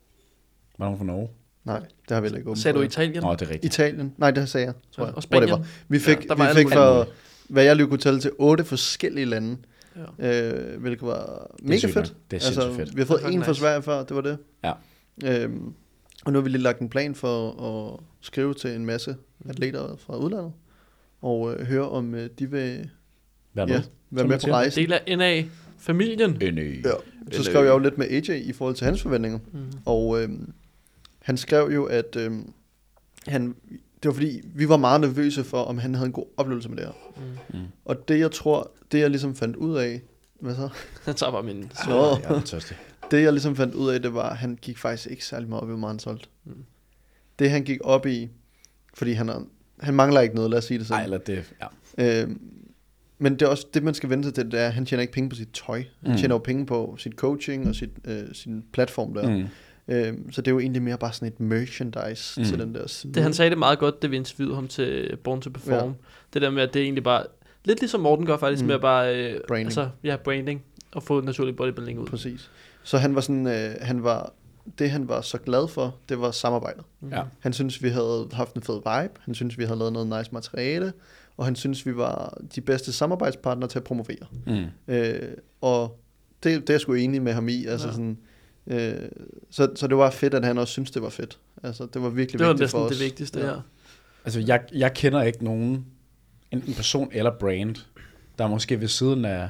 Var der nogen fra Norge? Nej, det har vi heller ikke åbent. Sagde du for. Italien? Åh, oh, det er rigtigt. Italien. Nej, det sagde jeg, tror jeg. Og Spanien. Whatever. Vi fik, Ja, ja, der var vi alt fik muligt. for, hvad jeg lige kunne tælle til, otte forskellige lande. Ja. Øh, hvilket var mega sygt fedt. nok. Det er sindssygt fedt. Vi har fået Det er en fucking fra nice. Sverige før, det var det. Ja. Øhm, og nu har vi lige lagt en plan for at skrive til en masse atleter fra udlandet. Og øh, høre, om øh, de vil Hvad er ja, det? være Som med man på siger. rejsen. Del af N A-familien. En ø. Ja. Så skrev jeg jo lidt med A J i forhold til hans forventninger. Mm. Og øhm, han skrev jo, at øhm, han, det var fordi, vi var meget nervøse for, om han havde en god oplevelse med det her. Mm. Mm. Og det jeg tror, det jeg ligesom fandt ud af, hvad så? Han tager bare min... Nå. Jeg er tørstig. Det jeg ligesom fandt ud af, det var, at han gik faktisk ikke særlig meget op i, hvor meget han solgte. Mm. Det han gik op i, fordi han, er, han mangler ikke noget, lad os sige det Nej, sådan. eller det... Ja. Øhm, men det er også det, man skal vente sig til, det er, at han tjener ikke penge på sit tøj. Han Mm. tjener jo penge på sit coaching og sit, øh, sin platform der. Mm. Øhm, så det er jo egentlig mere bare sådan et merchandise Mm. mm. til den der side. Det, han sagde det meget godt, da vi interviewede ham til Born to Perform. Ja. Det der med, at det er egentlig bare... Lidt ligesom Morten gør faktisk, Mm. med at bare... Øh, Branding. Altså, ja, branding. Og få naturlig bodybuilding ud. Præcis. Så han var sådan, øh, han var, det han var så glad for, det var samarbejdet. Mm. Ja. Han synes vi havde haft en fed vibe, han synes vi havde lavet noget nice materiale, og han synes vi var de bedste samarbejdspartnere til at promovere. Mm. Øh, og det, det er jeg sgu enig med ham i. Altså Ja. sådan, øh, så, så det var fedt, at han også synes det var fedt. Altså det var virkelig Det var vigtigt for næsten os. det vigtigste, ja. Altså, jeg, jeg kender ikke nogen, enten person eller brand, der er måske ved siden af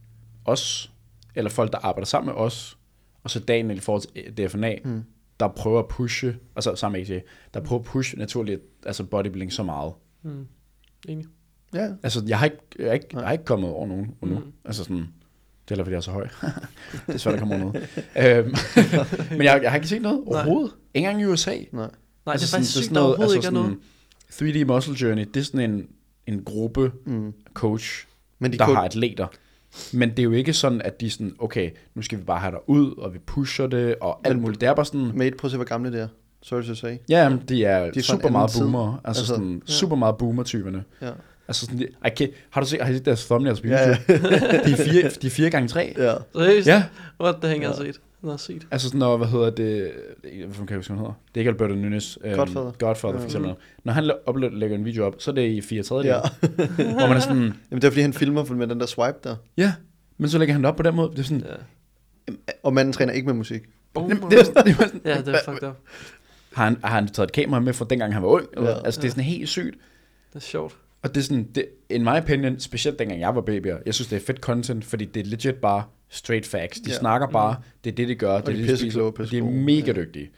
os, eller folk, der arbejder sammen med os, og så Daniel i forhold til D F N A, Mm. der prøver at pushe, altså sammen med A J, der prøver at pushe naturligt, altså bodybuilding så meget. Mm. Enig. Ja, Altså, jeg har ikke, jeg har ikke, Nej. jeg har ikke kommet over nogen endnu. Mm. Mm. Altså sådan, det er heller, fordi jeg er så høj. Det er svært at komme over noget. øhm, men jeg, jeg har ikke set noget Nej. overhovedet. Ikke engang i U S A. nej. Nej, Altså det er faktisk sådan- sygt, sådan der noget- overhovedet altså ikke er noget. sådan tre D Muscle Journey, det er sådan en, en gruppe Mm. coach, Men de der kunne, har atleter. Men det er jo ikke sådan, at de er sådan, okay, nu skal vi bare have dig ud, og vi pusher det, og alt Men- muligt. Det er bare sådan, mate, prøv at se, hvor gamle det er. Sorry to say. ja, jamen, de er, fra en super anden meget tid. boomer. Altså, Altså, altså sådan, ja. super meget boomer-typerne. Ja. Altså sådan, de, okay, har du set, har I set deres thumbnails på Ja, YouTube? de, er fire, de er fire gange tre. Ja. Seriøst? Ja, What the hænger Ja. jeg set? Nå, sygt. altså sådan, når, hvad hedder det, hvad kan jeg huske, hvad han hedder? Det er ikke Alberto Nunes. øhm, Godfather. Godfather, for Ja. eksempel. Når han la- upload, lægger en video op, så er det i fire tredje Ja. hvor man er sådan, Jamen, det er fordi, han filmer med den der swipe der. ja, men så lægger han det op på den måde. Det er sådan, Ja. Og manden træner ikke med musik. Boom. det, det, er sådan- det, er sådan, Ja, det er fucked up. har, han, har han taget et kamera med fra dengang han var ung? Eller? Ja. Altså det er sådan helt sygt. Det er sjovt. Og det er sådan, det, in my opinion, specielt dengang jeg var babyer, jeg synes det er fedt content, fordi det er legit bare straight facts. De Ja. snakker bare, Mm. det er det, de gør, det de er er det, de pissekloge, spiser, og de er pissegode. mega Ja. dygtige.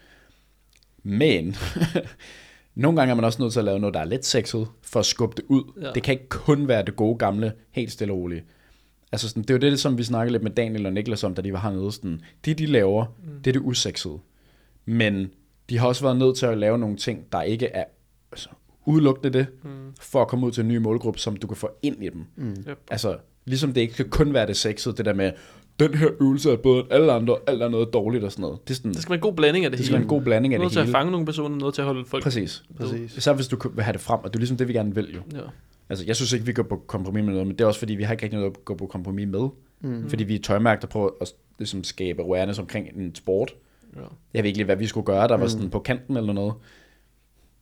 Men, nogle gange er man også nødt til at lave noget, der er lidt sexet, for at skubbe det ud. Ja. Det kan ikke kun være det gode gamle, helt stille og roligt. Altså sådan, det er jo det, som vi snakkede lidt med Daniel og Niklas om, da de var hernede. Sådan, det, de laver, Mm. det er det usexede. Men de har også været nødt til at lave nogle ting, der ikke er altså, udelukkende det, Mm. for at komme ud til en ny målgruppe, som du kan få ind i dem. Mm. Yep. Altså, ligesom det ikke kan kun være det sexede, det der med, den her øvelse er bedre end alle andre, alt er noget dårligt og sådan noget. Det, er sådan, Det skal være en god blanding af det, det skal hele. være en god blanding af Noget det til at hele. fange nogle personer, noget til at holde folk. Præcis. Præcis. Især hvis du vil have det frem, og det er ligesom det, vi gerne vil jo. Ja. Altså, jeg synes ikke, vi går på kompromis med noget, men det er også fordi, vi har ikke rigtig noget at gå på kompromis med. Mm. Fordi vi er et tøjmærke, der prøver at ligesom, skabe awareness omkring en sport. Ja. Jeg ved ikke lige, hvad vi skulle gøre, der var Mm. sådan på kanten eller noget.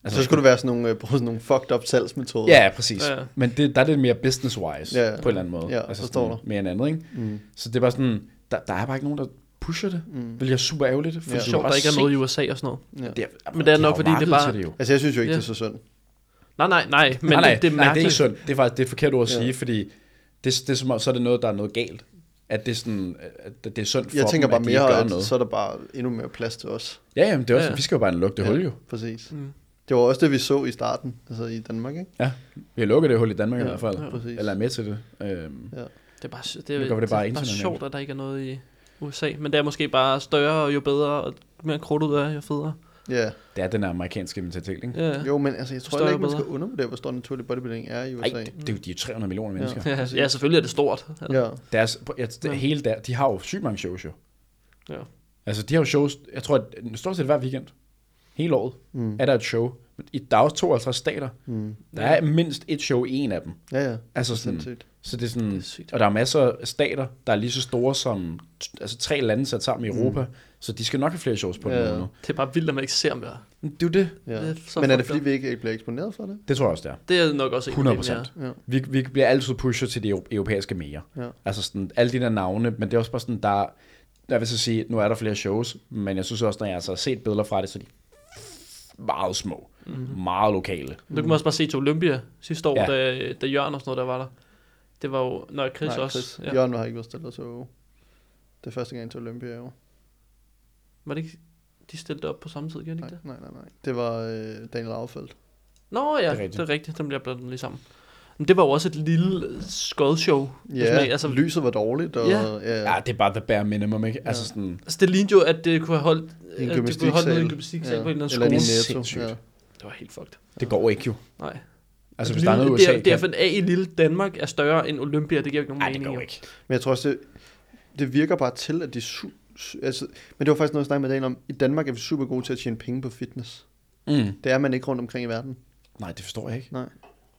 Altså, så skulle det være sådan nogle, bruge sådan nogle fucked up salgsmetoder. Ja, præcis. Ja. Men det, der er det mere business-wise, Ja, på en eller anden måde. ja, altså forstår sådan, mere end andet, ikke? Mm. Så det var sådan, der, der er bare ikke nogen, der pusher det. Mm. Hvilket er super ærgerligt. For Ja. det Sjovt, bare der ikke er se- noget i U S A og sådan noget. Ja. Det er, Men det er de nok, har jo fordi det er marked bare- til det jo. Altså, jeg synes jo ikke, Ja. det er så synd. Nej, nej, nej, men nej, nej, det, det er nej, det er mærkeligt. ikke synd. Det er faktisk det er forkert ord at Ja. sige, fordi det, det er som om, så er det noget, der er noget galt. At det er sådan, at det er synd for Jeg tænker dem, bare at de ikke mere, gør at noget. så er der bare endnu mere plads til os. Ja, jamen, det er også, Ja, ja. vi skal jo bare lukke det Ja. hul jo. Præcis. Mm. Det var også det, vi så i starten, altså i Danmark, ikke? Ja, vi har lukket det hul i Danmark Ja, i hvert fald. ja, præcis. Eller er med til det. Øhm, Ja. Det er bare, det Nu er, gør vi det bare det er bare internationalt. sjovt, at der ikke er noget i U S A. Men det er måske bare større, og jo bedre, og mere krudt ud af, jo federe. Ja. det er den her amerikanske mentalitet, ikke? Ja, Jo, men altså, jeg tror Større ikke, man bedre. skal undervurdere, hvor stor naturlig bodybuilding er i U S A. Nej, det er jo de er tre hundrede millioner mennesker. Ja. ja, præcis. ja selvfølgelig er det stort. Ja. Deres, ja, det, Ja. hele der, de har jo sygt mange shows jo. Ja. Altså, de har jo shows, jeg tror, at stort set hver weekend, hele året, Mm. er der et show. I, der er også tooghalvtreds stater. Mm. Der er mindst et show i en af dem. Ja, ja. Altså sådan, Sindssygt. så det er sådan, Det er sygt. og der er masser af stater, der er lige så store som, altså tre lande sat sammen i Europa, mm. så de skal nok have flere shows på Ja, den ja. måned. Det er bare vildt, at man ikke ser mere. Det er jo det. Ja. Det er så Men er det fucked fordi, up. vi ikke bliver eksponeret for det? Det tror jeg også, det er. Det er nok også ikke hundrede procent. Ja. Vi, vi bliver altid pushet til de euro- europæiske mere. Ja. Altså sådan, alle de der navne, men det er også bare sådan, der, jeg vil så sige, nu er der flere shows, men jeg synes også, når jeg altså har set billeder fra det, så er de meget små, mm-hmm. meget lokale. Det kan man også bare se til Olympia sidste år, Ja. ja. da, da Jørgen og sådan noget, der var der. Det var jo, når Chris Nej, også. Chris. Ja. Jørgen har ikke været stillet til O. Det er første gang til Olympia i år. Var det ikke, de stillede op på samme tid, gjorde de Nej, ikke det? nej, nej, nej. Det var øh, Daniel Aufeldt. Nå ja, Det er det er rigtigt. rigtigt. Det er rigtigt. Dem bliver blandet lige sammen. Men det var jo også et lille øh, skodshow. Ja, Sådan, altså, lyset var dårligt. Og, Ja. ja. Ja, det er bare the bare minimum, ikke? Ja. Altså sådan, altså, det lignede jo, at det kunne have holdt, En at det kunne have holdt nede i en gymnastiksal. gymnastiksal Ja. på en eller anden Eller i skole. Netto. sindssygt. Ja. Det var helt fucked. det går ikke jo. Nej. Altså, hvis der er noget i U S det A, er, det er, A i lille Danmark er større end Olympia, det giver ikke nogen nej, det mening. går jo. ikke. Men jeg tror også, det, det virker bare til, at de... Su- su- altså, men det var faktisk noget, jeg snakkede med Daniel om. I Danmark er vi super gode til at tjene penge på fitness. Mm. Det er man ikke rundt omkring i verden. Nej, det forstår jeg ikke. Nej.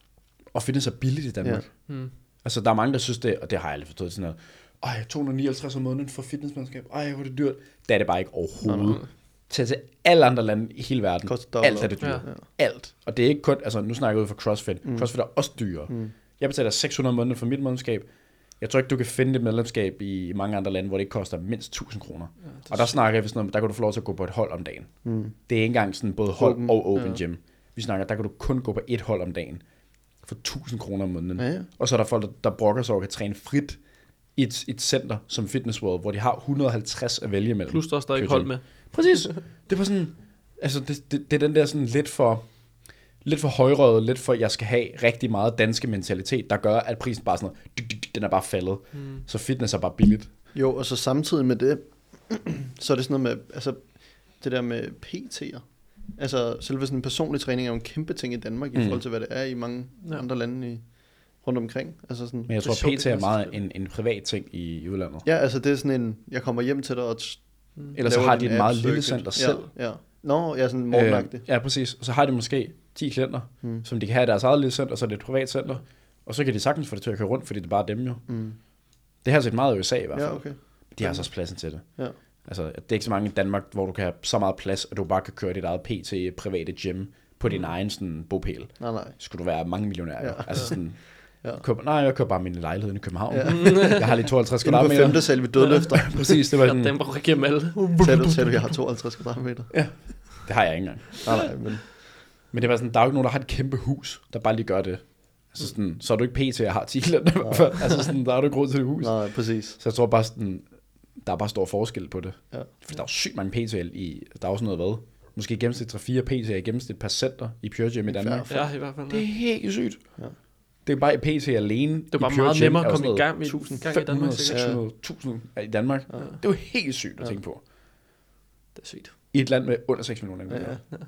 Og fitness er billigt i Danmark. Ja. Hmm. Altså, der er mange, der synes det, og det har jeg aldrig forstået, sådan noget. Ej, to hundrede og nioghalvtreds om måneden for fitnessmandskab. Ej, hvor er det dyrt. Det er det bare ikke overhovedet. Nej, nej. Tag til alle andre lande i hele verden. Koster dobbelt Alt er det op. dyrt. Ja. Ja. Alt. Og det er ikke kun, altså nu snakker jeg ud fra CrossFit. Mm. CrossFit er også dyrere. Mm. Jeg betaler seks hundrede om måneden for mit medlemskab. Jeg tror ikke, du kan finde et medlemskab i mange andre lande, hvor det ikke koster mindst tusind kroner. Ja, Og der snakker vi sådan noget, der kan du få lov til at gå på et hold om dagen. Mm. Det er ikke engang sådan både hold Open. og open Ja. gym. Vi snakker, der kan du kun gå på et hold om dagen for tusind kroner om måneden. Ja, ja. Og så er der folk, der, der brokker sig og kan træne frit i et, et center som Fitness World, hvor de har et hundrede og halvtreds at vælge imellem. Plus der er stadig Pure hold gym. med. Præcis. Det var sådan, altså det, det, det er den der sådan lidt for, lidt for højrøget, lidt for, jeg skal have rigtig meget danske mentalitet, der gør, at prisen bare sådan noget, dyk, dyk, dyk, den er bare faldet. Hmm. Så fitness er bare billigt. Jo, og så samtidig med det, så er det sådan noget med, altså det der med P T'er. Altså selve sådan en personlig træning er jo en kæmpe ting i Danmark, Mm. i forhold til hvad det er i mange Ja. andre lande i, rundt omkring. Altså sådan, Men jeg Det er tror, sjovt, P T det er kan meget jeg en, en privat ting i, i udlandet. ja, altså det er sådan en, jeg kommer hjem til dig og t- Hmm. Ellers så laver har din de et meget app lille circuit. center selv. Ja, ja. Nå, ja, sådan morgenagtigt. Øh, ja, præcis. Og så har de måske ti klienter, Mm. som de kan have i deres eget lille center, og så er det et privat center. Og så kan de sagtens få det til at køre rundt, fordi det er bare dem jo. Mm. Det har jeg set meget i U S A i hvert fald. Ja, okay. De har så også pladsen til det. Ja. Altså, det er ikke så mange i Danmark, hvor du kan have så meget plads, at du bare kan køre dit eget P T private gym på din egen sådan, bopæl. Nej, nej. Skulle du være mange millionærer. Ja. Ja. Altså sådan, Ja. køber, nej, jeg køber bare min lejlighed i København. Ja. Jeg har lige tooghalvtreds Inde på kvadratmeter. femte sal ved dødløfter. Præcis, det var Ja, sådan, den var igennem alle. Sagde du, sagde du, jeg har tooghalvtreds kvadratmeter? det har jeg ikke engang. Nej, nej, men... Men det var sådan, der er jo ikke nogen, der har et kæmpe hus, der bare lige gør det. Altså sådan, så er du ikke P T, jeg har ti klienter i hvert fald. Altså sådan, der er du ikke råd til det hus. Nej, præcis. Så jeg tror bare sådan, der er bare stor forskel på det. Ja. For der er jo sygt mange P T'er i, der er også noget hvad? Måske i gennemsnit tre fire P T'er i gennemsnit per center i Pure Gym i Danmark. Fair. Ja, i hvert fald. Det er helt sygt. Ja. Det er bare i P T alene. Det var i bare Pure meget Gym nemmere er at jo komme i sådan gang, i, noget gang i Danmark. fem hundrede, sikkert. seks hundrede, tusind i Danmark. Ja. Det er jo helt sygt at Ja. tænke på. Det er sygt. I et land med under seks millioner Ja, indbyggere. ja.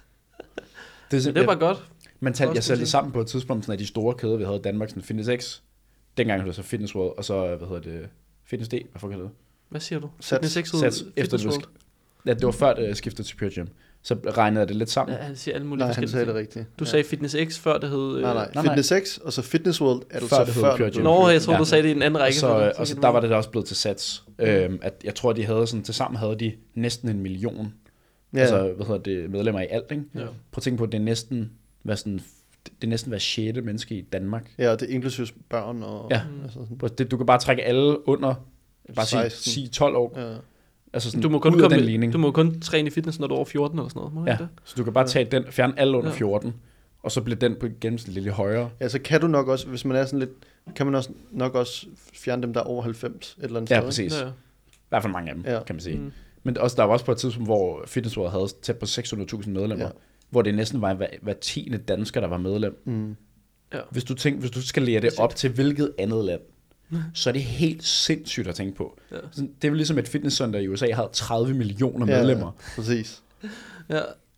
Det, Men det var godt. Man talte, Også jeg satte sige. det sammen på et tidspunkt, sådan af de store kæder, vi havde i Danmark, sådan Fitness X. Dengang hed det så Fitness World, og så, hvad hedder det, Fitness D, hvad fuck hedder det? Hvad siger du? Sats. Fitness X hed Sats, efter Fitness det World. Ja, det var før det skiftede til Pure Gym. Så regnede jeg det lidt sammen. Ja, han siger alle mulige Nej, han forskellige sagde det ting. rigtigt. Du Ja. sagde Fitness X før det hed... øh, Nej, nej. nej, nej. Fitness X, og så Fitness World er du Før så det hed før Pure du Gym. Nå, jeg tror Ja. du sagde det i en anden række. Så, og så der var det der også blevet til Sats. Øhm, at jeg tror, de havde sådan, til sammen havde de næsten en million Ja. Altså, hvad hedder det, medlemmer i alt, ikke? Ja. Prøv at tænke på, at det er næsten, hvad sådan, det er næsten hver sjette menneske i Danmark. Ja, det er inklusive børn og... Ja. Altså sådan, Prøv at- Det, du kan bare trække alle under, bare sige, seksten. sige tolv år. ja. Altså sådan, Du må kun ud af komme, den ligning. du må kun træne i fitness, når du er over fjorten eller sådan noget. Må du Ja, ikke det? så du kan bare tage den, fjerne alle under Ja. fjorten, og så bliver den på gennemsnit lidt højere. Ja, så kan du nok også, hvis man er sådan lidt, kan man også nok også fjerne dem, der er over halvfems et eller andet Ja, sted. præcis. Ja. I hvert fald mange af dem, Ja. kan man sige. Mm. Men også, der var også på et tidspunkt, hvor Fitness World havde tæt på seks hundrede tusind medlemmer, Ja. hvor det næsten var hver, hver tiende dansker, der var medlem. Mm. Ja. Hvis du, tænker, hvis du skal lære det op til hvilket andet land, så er det helt sindssygt at tænke på. Ja. Sådan, det er jo ligesom et fitnesscenter i U S A havde tredive millioner Ja, medlemmer. præcis. Ja.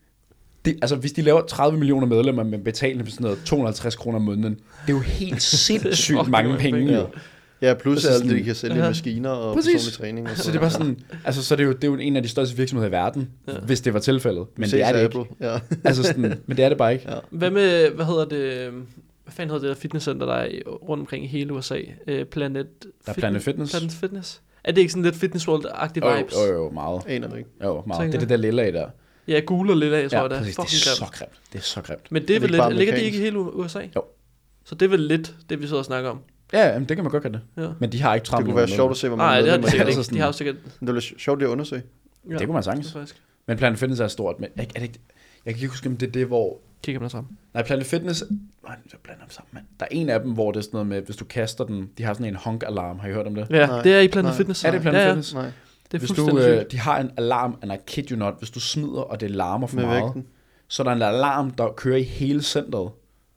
Det, altså, hvis de laver tredive millioner medlemmer med betaling på sådan noget to hundrede og halvtreds kroner om måneden, det er jo helt sindssygt fucking mange mange penge. penge. Jo. Ja, plus Altså alt det, sådan- de kan sælge Ja. maskiner og Præcis. personlig træning. Og Så det er bare sådan, altså, så er det jo, det er jo en af de største virksomheder i verden, Ja. ja. hvis det var tilfældet. Men Ses det er det Apple. ikke. Ja. Altså sådan, men det er det bare ikke. Ja. Hvad med, hvad hedder det, hvad fanden hedder det der fitnesscenter, der er i- rundt omkring i hele U S A? Uh, Planet, Der er Planet Fitness. Planet Fitness. Er det ikke sådan lidt Fitness World-agtige Jo, vibes? jo, jo, meget. Aner det ikke. Jo, meget. Tænker Det er det der lille af der. Ja, gule og lille af, tror Ja, jeg, det er. præcis. Det Fucking er så grimt. grimt. Det er så grimt. Men det er Er det vel ikke bare lidt, ligger de amerikansk? ikke i hele U S A? Jo. Så det er vel lidt det, vi sidder og snakker om. Ja, jamen, det kan man godt kalde det. Ja. Men de har ikke tredive Det kunne være millioner sjovt at se, hvor mange Nej, det har de medlemmer sikkert de ikke. altså De har jo sikkert... Det ville være sjovt lige at undersøge. Ja, Det kunne man sagtens. det er faktisk. Men Planet Fitness er stort. Men er, er det ikke, jeg kan ikke huske, om det er det, hvor... Kigger man sammen. Nej, Planet Fitness... Nej, jeg blander dem sammen, mand. Der er en af dem, hvor det er sådan noget med, hvis du kaster den... De har sådan en honk-alarm. Har I hørt om det? Ja, Nej. det er i Planet Nej. Fitness. Er det Planet ja, ja. Fitness? Nej, Det er Hvis du, fuldstændig øh, sygt. de har en alarm, and I kid you not, hvis du smider, og det larmer for med meget, vægten. så er der en alarm, der kører i hele centret,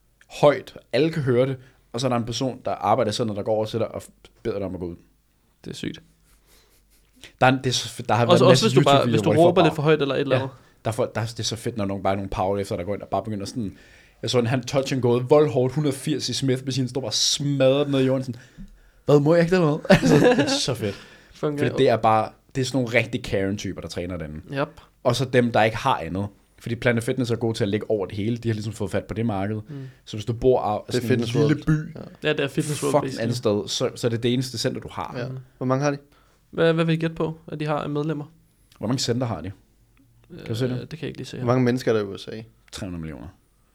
højt, alle kan høre det, og så er der en person, der arbejder i centret, der går over til dig og beder dig om at gå ud. Det er sygt. Der, er, en- det er, så- der har været Også, en også masse hvis du, bare, YouTube-videoer, hvis du hvor de får råber bare- lidt for højt eller et eller Ja. andet. Der, får, der, det er så fedt, når nogen bare nogle power efter, der går ind og bare begynder sådan... Jeg så en han touch and go, voldhårdt, et hundrede og firs i Smith Machine, står bare smadret ned i jorden, sådan, hvad, må jeg ikke det eller noget? Altså, det er så fedt. Fucking Fordi det er bare, det er sådan nogle rigtig Karen-typer, der træner den. Yep. Og så dem, der ikke har andet. Fordi Planet Fitness er gode til at ligge over det hele. De har ligesom fået fat på det marked. Mm. Så hvis du bor af Det er sådan en Fitness lille World. by, Ja. Ja, det er Fitness World. fucking basically. andet sted, så, så er det det eneste center, du har. Ja. Hvor mange har de? Hvad, hvad vil I gætte på, at de har af medlemmer? Hvor mange center har de? Kan du se det? Det kan jeg ikke lige se. Hvor mange mennesker er der i U S A? tre hundrede millioner.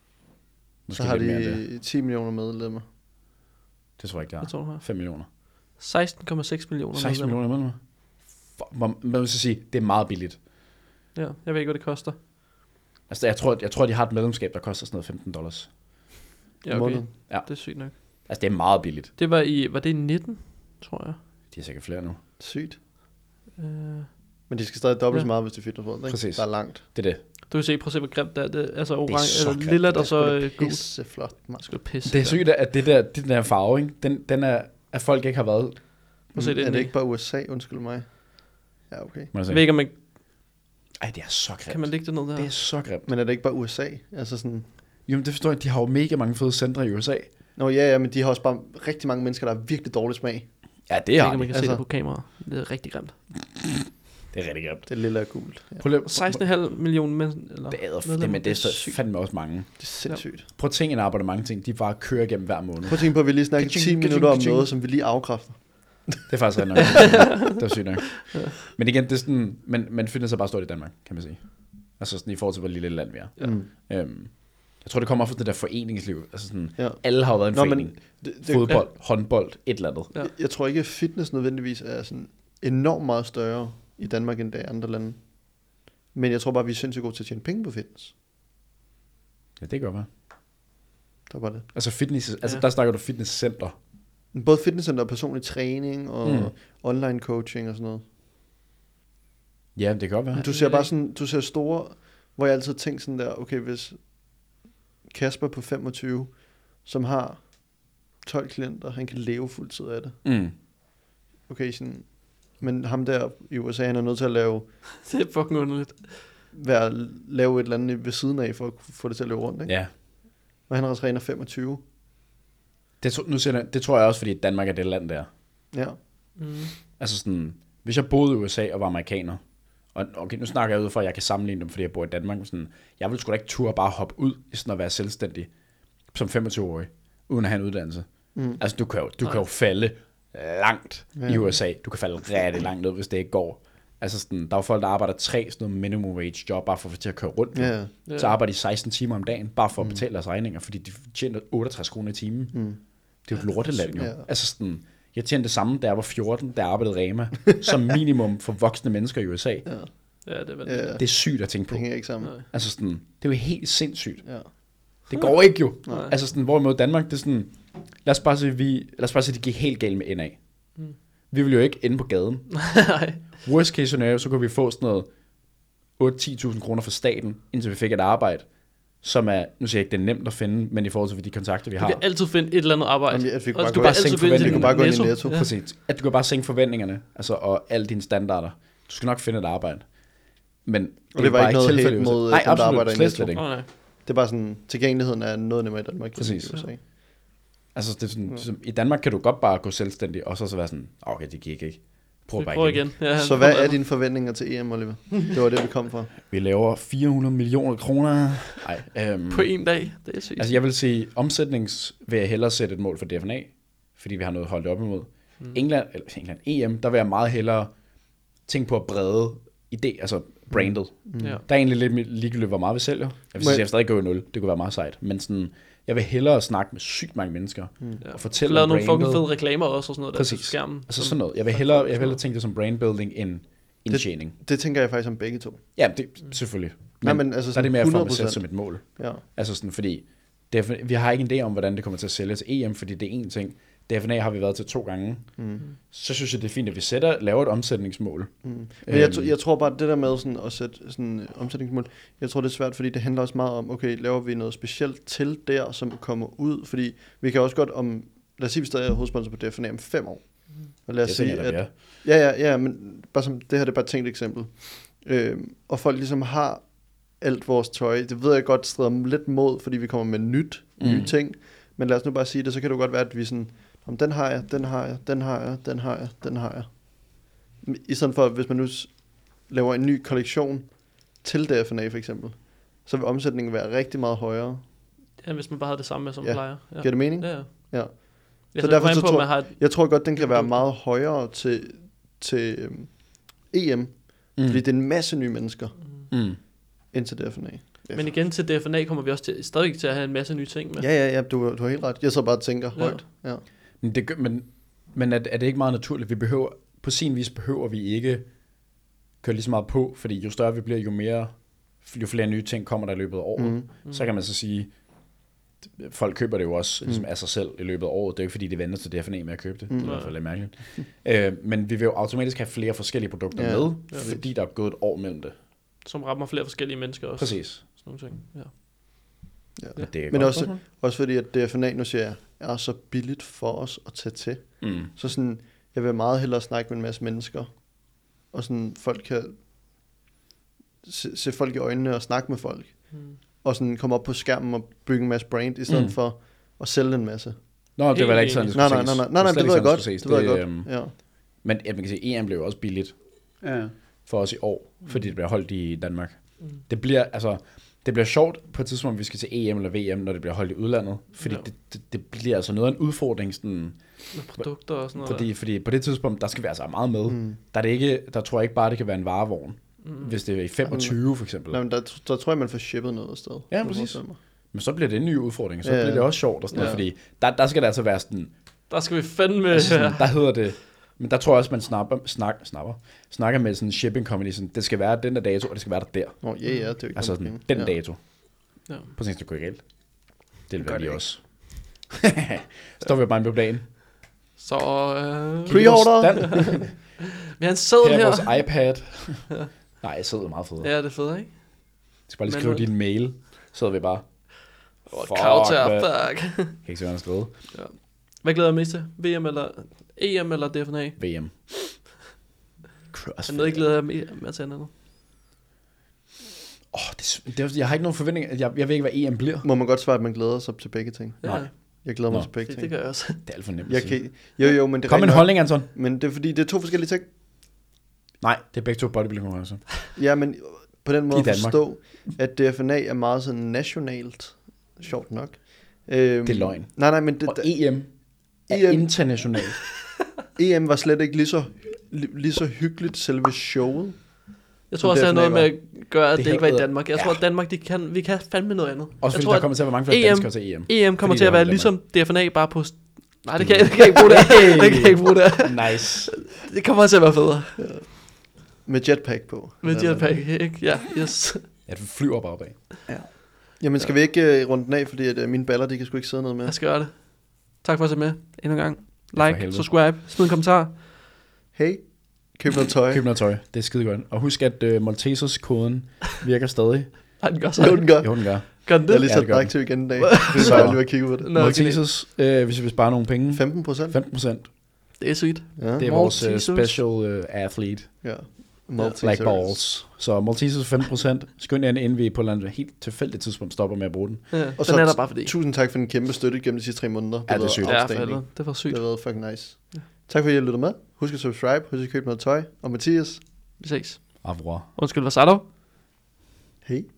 Måske Så har lidt mere end det. de ti millioner medlemmer. Det tror jeg ikke, det Jeg har. tror, du har. fem millioner. seksten komma seks millioner seks medlemmer. millioner medlemmer. Fuck, Man man vil så sige, det er meget billigt. Ja, jeg ved ikke, hvad det koster. Altså, jeg tror, jeg tror, de har et medlemskab, der koster sådan noget femten dollars. Ja, Om okay. måneden. Ja. Det er sygt nok. Altså, det er meget billigt. Det var i, var det i nitten, tror jeg. De er sikkert flere nu. Sygt. Uh, Men de skal stadig dobbelt Ja. så meget, hvis det er Fitness World, ikke? Præcis. Der er langt. Det er det. du kan se, prøv at se, hvor grimt det er. Det, altså orange, så eller grimt. lilla, Det og så sgu da øh, gul. pisse flot, mand. Det skal pisse. Det er sygt, at det der, det der farve, ikke? Den, den er, at folk ikke har været... Prøv at se, det er er det det ikke bare U S A? Undskyld mig. Ja, okay. Må jeg Jeg se. ved ikke, om man, Ej, det er så grimt. kan man lægge det ned der? Det er så grimt. Men er det ikke bare U S A? Altså sådan... Jamen, det forstår jeg. De har jo mega mange fede centre i U S A. Nå ja, ja, men de har også bare rigtig mange mennesker, der har virkelig dårlig smag. Ja, det Jeg ved har ikke, om man de. kan se Altså- det på kamera. Det er rigtig grimt. Det er rigtig grimt. Det er lille og gult. Ja. Prøv lige, seksten komma fem millioner men, eller det er, det, medlemmer, men det er det er så sygt. fandme også mange. Det er sindssygt. Prøv at tænke en abonnement ting, de bare kører igennem hver måned. Prøv at tænke på, at vi lige snakker Ka-ching, ti ka-ching, minutter om ka-ching. noget, som vi lige afkræfter. Det er faktisk rigtig nok. Det er sygt nok. Men igen, det er sådan, men, men fitness er bare stort i Danmark, kan man sige. Altså sådan i forhold til, hvor lille et land vi er. Ja. Mm. Øhm, jeg tror, det kommer fra det der foreningsliv. Altså sådan, Ja. alle har jo været en Nå, forening. men det, det, Fodbold, håndbold, et eller andet. Ja. jeg, jeg tror ikke, at fitness nødvendigvis er sådan enormt meget større i Danmark, end det er i andre lande. Men jeg tror bare, vi er sindssygt gode til at tjene penge på fitness. Ja, det gør være. Der var det. Altså fitness, altså Ja. der snakker du fitnesscenter. Både fitnesscenter og personlig træning og Mm. mm. online coaching og sådan noget. Ja, det kan godt være. Men du ser bare sådan, du ser store, hvor jeg altid tænker sådan der, okay, hvis Kasper på femogtyve, som har tolv klienter, han kan leve fuldtid af det. Mm. Okay, sådan, men ham der i U S A, han er nødt til at lave, Det er fucking underligt. være, lave et eller andet ved siden af, for at få det til at løbe rundt, ikke? Ja. Og han har træner femogtyve. Det, tro- nu siger jeg, det tror jeg også, fordi Danmark er det land der. Ja. Mm. Altså sådan, hvis jeg boede i U S A og var amerikaner, og okay, nu snakker jeg ud fra, at jeg kan sammenligne dem, fordi jeg bor i Danmark, sådan, jeg ville sgu da ikke turde bare hoppe ud i sådan at være selvstændig som femogtyve-årig, uden at have en uddannelse. Mm. Altså, du kan jo, du kan jo falde langt Ja. i U S A. Du kan falde rigtig langt ned, hvis det ikke går. Altså sådan, der er jo folk, der arbejder tre sådan noget minimum wage job, bare for at få til at køre rundt. Ja, ja. Ja. Så arbejder de seksten timer om dagen, bare for at betale deres regninger, fordi de tjener otteogtres kroner i timen. Mm. Det er jo et lorteland jo. Ja. Altså sådan, jeg tjente det samme, da jeg var fjorten, da jeg arbejdede Rema, som minimum for voksne mennesker i U S A. Ja. Ja, det er vel Ja. Det er sygt at tænke Det på. hænger ikke sammen. Nej. Altså sådan, det er jo helt sindssygt. Ja. Det går ikke jo. Nej. Altså sådan, hvorimod Danmark, det er sådan, lad os bare sige, vi, lad os bare sige, det gik helt galt med N A. Mm. Vi vil jo ikke ende på gaden. Nej. Worst case scenario, så kunne vi få sådan noget otte til ti tusind kroner fra staten, indtil vi fik et arbejde, som er, nu siger jeg ikke, det er nemt at finde, men i forhold til de kontakter, vi Du har. kan altid finde et eller andet arbejde. Jamen, at vi kunne Og bare du gå- kan bare sænke altid gå ind til forventningerne. Vi kunne bare gå ind i Netto. Netto. Ja. Præcis. At du kan bare sænke forventningerne, altså, og alle dine standarder. Du skal nok finde et arbejde. Men Og det var bare ikke noget tilfældet hate i U S A. mod Nej, dem, der absolut, arbejder i slet, Netto. slet ikke. Oh, nej. Det er bare sådan, tilgængeligheden er noget nemmere i Danmark. end Præcis. i U S A. Altså, det er sådan, som, i Danmark kan du godt bare gå selvstændig, og så, så være sådan, okay, det gik ikke. Prøv Vi bare prøver igen. igen. Ja, Så hvad er dine forventninger til E M, Oliver? Det var det, vi kom fra. Vi laver fire hundrede millioner kroner. Nej, øhm, På en dag? Det er sygt. altså jeg vil sige, omsætnings vil jeg hellere sætte et mål for D F N A, fordi vi har noget at holde det op imod. Mm. England, eller England, E M, der vil jeg meget hellere tænke på at brede idé, altså brandet. Mm. Ja. Der er egentlig lidt ligegyldigt, hvor meget vi sælger. Jeg vil Men- sige, at jeg stadig går i nul. Det kunne være meget sejt. Men sådan, jeg vil hellere snakke med sygt mange mennesker Mm. Ja. og Så fortælle lavede om nogle fucking brandet. fede reklamer også og sådan noget der Præcis. til skærmen. Altså som- sådan noget. Jeg vil hellere, jeg vil hellere tænke det som brandbuilding end indtjening. Det tænker jeg faktisk om begge to. Ja, det selvfølgelig. Men, Nej, men altså der er sådan det mere for hundrede mig selv procent. som et mål. Ja. Altså sådan, fordi D F, vi har ikke en idé om, hvordan det kommer til at sælge til E M, fordi det er en ting. D F N A har vi været til to gange. Mm. Så synes jeg, det er fint, at vi sætter, laver et omsætningsmål. Mm. Men jeg, Øhm. t- jeg tror bare, det der med sådan at sætte sådan øh, omsætningsmål, jeg tror det er svært, fordi det handler også meget om, okay, laver vi noget specielt til der, som kommer ud, fordi vi kan også godt om, lad os sige, vi stadig er hovedsponsor på D F N A om fem år. Og lad os Det sige, tænker jeg, at, at... ja, ja, ja, men bare som, det her det er bare et tænkt eksempel. Øhm, og folk ligesom har alt vores tøj, det ved jeg godt strider lidt mod, fordi vi kommer med nyt, mm. nye Mm. ting, men lad os nu bare sige det, så kan det jo godt være, at vi sådan, om den har jeg, den har jeg, den har jeg, den har jeg, den har jeg. I stedet for, hvis man nu s- laver en ny kollektion til D F N A for eksempel, så vil omsætningen være rigtig meget højere. Ja, hvis man bare havde det samme med som Ja. plejer. Ja. Giver det mening? Ja, ja. Ja. Ja, Så så derfor derfor så på, tror- man har et, Jeg tror godt, den kan være Produkter. meget højere til, til øhm, E M, mm. fordi det er en masse nye mennesker Mm. ind til D F N A. Ja. men igen til D F N A kommer vi også til, stadig til at have en masse nye ting med. Ja, ja, ja, du, du har helt ret. Jeg så bare og tænker Ja. højt. Ja. Men, det, gør- men, men er, er det ikke meget naturligt? Vi behøver, på sin vis behøver vi ikke køre lige så meget på, fordi jo større vi bliver, jo mere, jo flere nye ting kommer der i løbet af året. Mm. Mm. Så kan man så sige, folk køber det jo også ligesom af sig selv i løbet af året. Det er jo ikke fordi, de venter til D F N A med at købe det. Mm. Det er i hvert fald lidt mærkeligt. øh, men vi vil jo automatisk have flere forskellige produkter Ja, med, ja, fordi der er gået et år mellem det. Som rammer flere forskellige mennesker også. Præcis. Sådan nogle ting. Ja. Ja. Men, det er Men godt også, spørgsmål. også fordi, at D F N A, nu siger jeg, er så billigt for os at tage til. Mm. Så sådan, jeg vil meget hellere snakke med en masse mennesker, og sådan folk kan se, se folk i øjnene og snakke med folk, Mm. og sådan komme op på skærmen og bygge en masse brand, i stedet Mm. mm. for at sælge en masse. Nå, det Helt var da ikke sådan, det Nej, skulle nej, nej, ses. nej, nej, nej, slet det ved ikke jeg sådan, godt, skulle ses. det ved jeg øhm, godt, ja. Men ja, man kan sige, E M blev jo også billigt Ja. for os i år, fordi det bliver holdt i Danmark. Mm. Det bliver, altså, det bliver sjovt på et tidspunkt, hvis vi skal til E M eller V M, når det bliver holdt i udlandet. Fordi Ja. det, det, det bliver altså noget af en udfordring, sådan, Med produkter og sådan noget. fordi, fordi på det tidspunkt, der skal vi altså meget med. Mm. Der, er det ikke, der tror jeg ikke bare, det kan være en varevogn. Mm. Hvis det er i femogtyve for eksempel. Nej, men der, der tror jeg, man får shippet noget sted. Ja, Jeg præcis. forestiller mig. Men så bliver det en ny udfordring, så Ja, ja. bliver det også sjovt og sådan noget, Ja. fordi der, der skal det altså være sådan, Der skal vi fandme... altså sådan, der hedder det, men der tror jeg også, man snapper, snak, snapper, snakker med sådan en shipping company, sådan, det skal være den der dato, og det skal være der der. Nå, ja, ja, det er jo ikke Altså nogen sådan, penge. den ja. dato. Ja. På sin det går galt. Det vil Gør være det lige ikke. også. Står vi bare på planen. Så øh, Pre-order! vi har en seddel Her er her. vores iPad. Nej, sædet er meget federe. Ja, det er fedt, ikke? Jeg skal bare lige Men- skrive din mail. Så vi bare. Oh, Fuck, Kauter, hvad- fuck. Jeg kan ikke se, hvad han har skrevet. Hvad glæder jeg mest til? V M eller E M eller D F N A? V M. Er noget, jeg glæder jeg mere med til andet? Åh, det, er- det, er- jeg har ikke nogen forventning. Jeg, jeg ved ikke, hvad E M bliver. Må man godt svare, at man glæder sig til begge ting? Ja, Nej. Jeg glæder mig Nå. til begge det, ting. det gør jeg også. Det er alt for nemt Jeg at sige. kan, jo, jo, men det er Kom med en rigtig nok. holdning, Anton. Men det er fordi, det er to forskellige ting. Nej, det er begge to bodybuilding konkurrencer. Ja, men på den måde I at Danmark. forstå, at D F N A er meget sådan nationalt. Sjovt nok. Øhm, Det er løgn. Nej, nej, men det, Og E M er E M internationalt. E M var slet ikke lige så li- lige så hyggeligt selve showet. Jeg Som tror også, det har noget med D F N A at gøre, at Det det, ikke var i havde- Danmark. Jeg ja. tror, at Danmark, de kan, vi kan fandme noget andet. Også jeg fordi tror, der kommer til at være mange flere E M danskere til E M. E M kommer Fordi til det at være holder ligesom D F N A, bare på... Nej, det kan, jeg, det kan jeg ikke bruge det. Hey. Det kan jeg ikke bruge det. Nice. Det kommer til at være federe. Med jetpack på. Med jetpack, ikke? Ja, yes. Ja, du flyver bare bag. Jamen skal vi ikke uh, runde den af, fordi at, uh, mine baller, de kan sgu ikke sidde noget med. Jeg skal gøre det. Tak for at se med endnu en gang. for Like, helvede. subscribe, smid en kommentar. Hey, køb noget tøj. Køb noget tøj. Det er skide godt. Og husk, at uh, Maltesers-koden virker stadig. Ej, den gør så. Jo, den gør. Jo, den gør. Gør den Jeg har det? lige Ja, sat det gør den den. aktiv igen i dag. Så- Så jeg lige var kigge på det. Nå, okay. Maltesers, øh, hvis vi vil spare nogle penge. femten procent? femten procent. Det er sygt. Ja. Det er vores uh, Maltesers. special uh, athlete. ja. Like balls. Så Maltesers femten procent. Skynd jer ind, inden vi på et eller andet helt tilfældigt tidspunkt stopper med at bruge den. Ja, Og den så er der bare fordi. tusind tak for den kæmpe støtte gennem de sidste tre måneder. Ja, har det er været sygt. Ja, for outstanding. helvede. Det var sygt. Det har været fucking nice. Tak fordi I lyttede med. Husk at subscribe. Husk at købe noget tøj. Og Mathias. Vi ses. Au revoir. Undskyld, hvad sagde du? Hej.